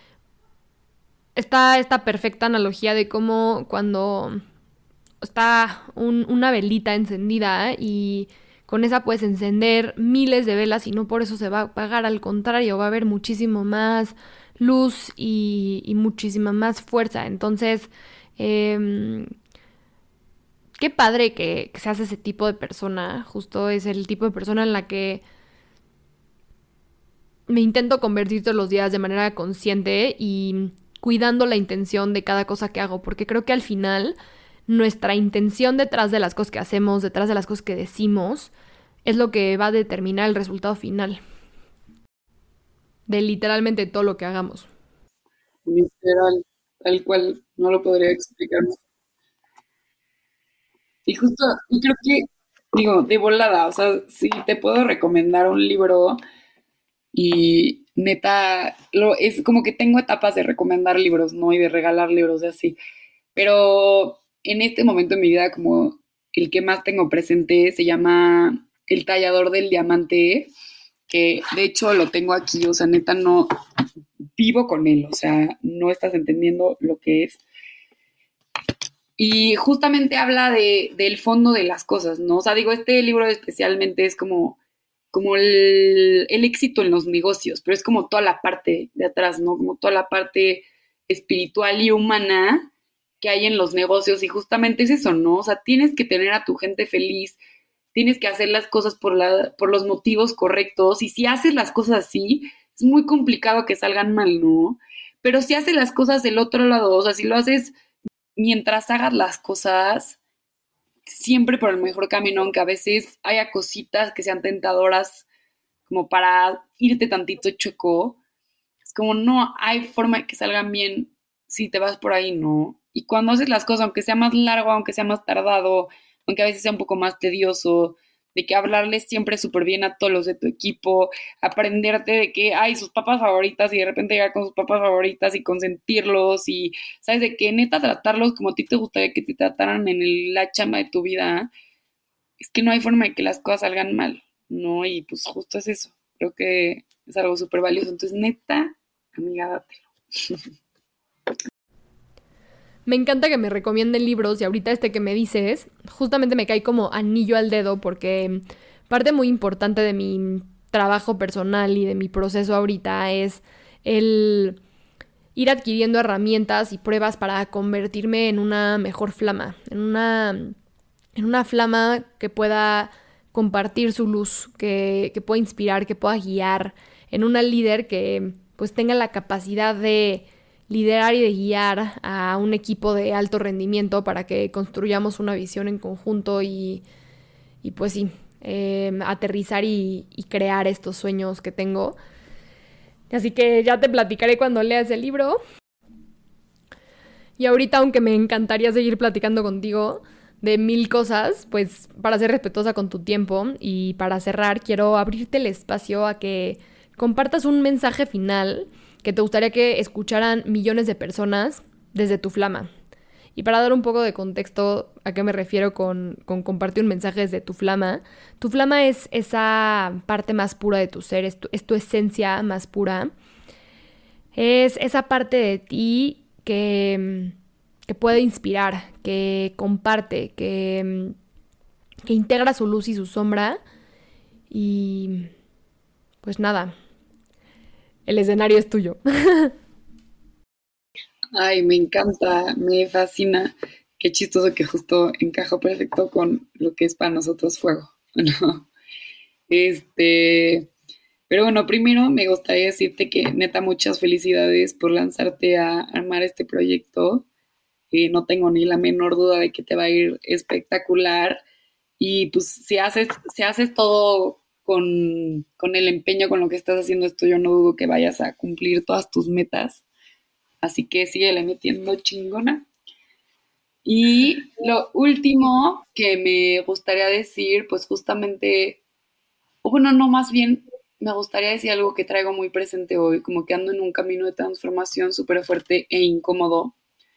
está esta perfecta analogía de cómo cuando está una velita encendida y con esa puedes encender miles de velas y no por eso se va a apagar, al contrario, va a haber muchísimo más luz y muchísima más fuerza. Entonces, eh, qué padre que seas ese tipo de persona, justo es el tipo de persona en la que me intento convertir todos los días de manera consciente y cuidando la intención de cada cosa que hago, porque creo que al final nuestra intención detrás de las cosas que hacemos, detrás de las cosas que decimos, es lo que va a determinar el resultado final de literalmente todo lo que hagamos. Literal, tal cual, no lo podría explicar. Y justo, y creo que, digo, de volada, o sea, sí te puedo recomendar un libro y neta, es como que tengo etapas de recomendar libros, ¿no? Y de regalar libros y así. Pero en este momento en mi vida, como el que más tengo presente se llama El tallador del diamante, que de hecho lo tengo aquí, o sea, neta no vivo con él, o sea, no estás entendiendo lo que es. Y justamente habla del fondo de las cosas, ¿no? O sea, digo, este libro especialmente es como el éxito en los negocios, pero es como toda la parte de atrás, ¿no? Como toda la parte espiritual y humana que hay en los negocios y justamente es eso, ¿no? O sea, tienes que tener a tu gente feliz, tienes que hacer las cosas por los motivos correctos y si haces las cosas así, es muy complicado que salgan mal, ¿no? Pero si haces las cosas del otro lado, o sea, si lo haces mientras hagas las cosas, siempre por el mejor camino, aunque a veces haya cositas que sean tentadoras como para irte tantito chueco, es como no hay forma de que salgan bien si te vas por ahí, ¿no? Y cuando haces las cosas, aunque sea más largo, aunque sea más tardado, aunque a veces sea un poco más tedioso, de que hablarles siempre súper bien a todos los de tu equipo, aprenderte de que hay sus papas favoritas y de repente llegar con sus papas favoritas y consentirlos y, ¿sabes? De que neta tratarlos como a ti te gustaría que te trataran en la chamba de tu vida. Es que no hay forma de que las cosas salgan mal, ¿no? Y pues justo es eso. Creo que es algo súper valioso. Entonces, neta, amiga, dátelo. Me encanta que me recomienden libros y ahorita este que me dices, justamente me cae como anillo al dedo porque parte muy importante de mi trabajo personal y de mi proceso ahorita es el ir adquiriendo herramientas y pruebas para convertirme en una mejor flama, en una flama que pueda compartir su luz, que pueda inspirar, que pueda guiar, en una líder que pues tenga la capacidad de liderar y de guiar a un equipo de alto rendimiento para que construyamos una visión en conjunto y pues sí, aterrizar y crear estos sueños que tengo. Así que ya te platicaré cuando leas el libro. Y ahorita, aunque me encantaría seguir platicando contigo de 1000 cosas, pues para ser respetuosa con tu tiempo y para cerrar, quiero abrirte el espacio a que compartas un mensaje final que te gustaría que escucharan millones de personas desde tu flama. Y para dar un poco de contexto a qué me refiero con compartir un mensaje desde tu flama es esa parte más pura de tu ser, es tu esencia más pura. Es esa parte de ti que puede inspirar, que comparte, que integra su luz y su sombra. Y pues nada, el escenario es tuyo. Ay, me encanta, me fascina. Qué chistoso que justo encaja perfecto con lo que es para nosotros fuego, ¿no? Este, pero bueno, primero me gustaría decirte que neta muchas felicidades por lanzarte a armar este proyecto. No tengo ni la menor duda de que te va a ir espectacular. Y pues si haces todo con el empeño con lo que estás haciendo esto, yo no dudo que vayas a cumplir todas tus metas. Así que síguele metiendo chingona. Y lo último que me gustaría decir, pues justamente, o bueno, no, más bien me gustaría decir algo que traigo muy presente hoy, como que ando en un camino de transformación súper fuerte e incómodo.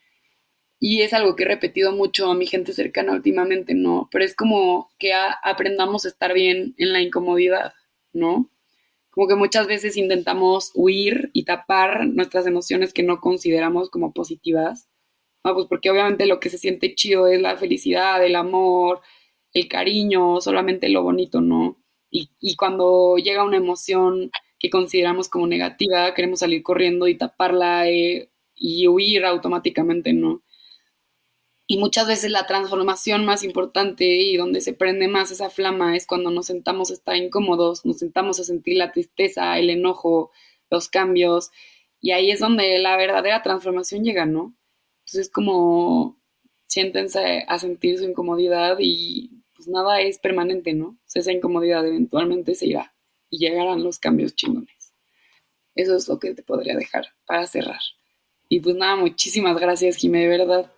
Y es algo que he repetido mucho a mi gente cercana últimamente, ¿no? Pero es como que aprendamos a estar bien en la incomodidad, ¿no? Como que muchas veces intentamos huir y tapar nuestras emociones que no consideramos como positivas. No, pues porque obviamente lo que se siente chido es la felicidad, el amor, el cariño, solamente lo bonito, ¿no? Y cuando llega una emoción que consideramos como negativa, queremos salir corriendo y taparla y huir automáticamente, ¿no? Y muchas veces la transformación más importante y donde se prende más esa flama es cuando nos sentamos a estar incómodos, nos sentamos a sentir la tristeza, el enojo, los cambios, y ahí es donde la verdadera transformación llega, ¿no? Entonces como siéntense a sentir su incomodidad y pues nada es permanente, ¿no? O sea, esa incomodidad eventualmente se irá y llegarán los cambios chingones. Eso es lo que te podría dejar para cerrar. Y pues nada, muchísimas gracias, Jimé, de verdad.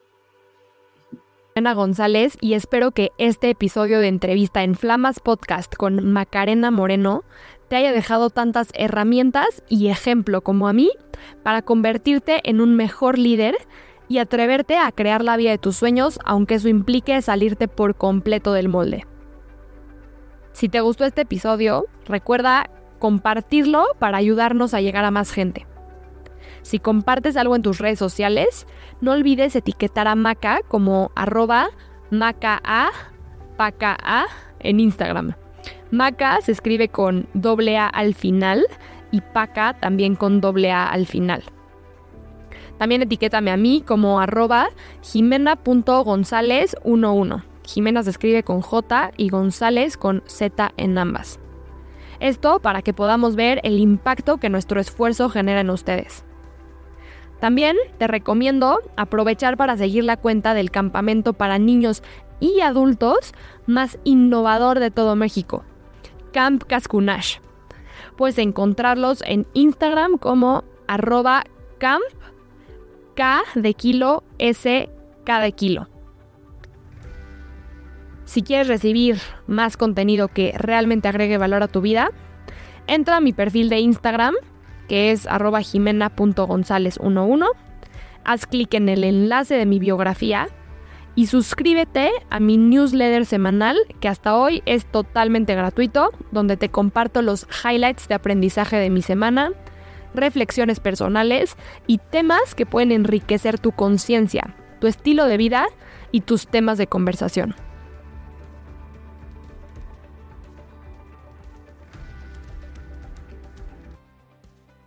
Ana González, y espero que este episodio de entrevista en Flamas Podcast con Macarena Moreno te haya dejado tantas herramientas y ejemplo como a mí para convertirte en un mejor líder y atreverte a crear la vida de tus sueños, aunque eso implique salirte por completo del molde. Si te gustó este episodio, recuerda compartirlo para ayudarnos a llegar a más gente. Si compartes algo en tus redes sociales, no olvides etiquetar a Maca como @MacaA en Instagram. Maca se escribe con A al final y Paca también con A al final. También etiquétame a mí como @Jimena.González11. Jimena se escribe con J y González con Z en ambas. Esto para que podamos ver el impacto que nuestro esfuerzo genera en ustedes. También te recomiendo aprovechar para seguir la cuenta del campamento para niños y adultos más innovador de todo México, Camp Cascunash. Puedes encontrarlos en Instagram como @camp K de kilo S K de kilo. Si quieres recibir más contenido que realmente agregue valor a tu vida, entra a mi perfil de Instagram, que es @jimena.gonzalez11. Haz clic en el enlace de mi biografía y suscríbete a mi newsletter semanal, que hasta hoy es totalmente gratuito, donde te comparto los highlights de aprendizaje de mi semana, reflexiones personales y temas que pueden enriquecer tu conciencia, tu estilo de vida y tus temas de conversación.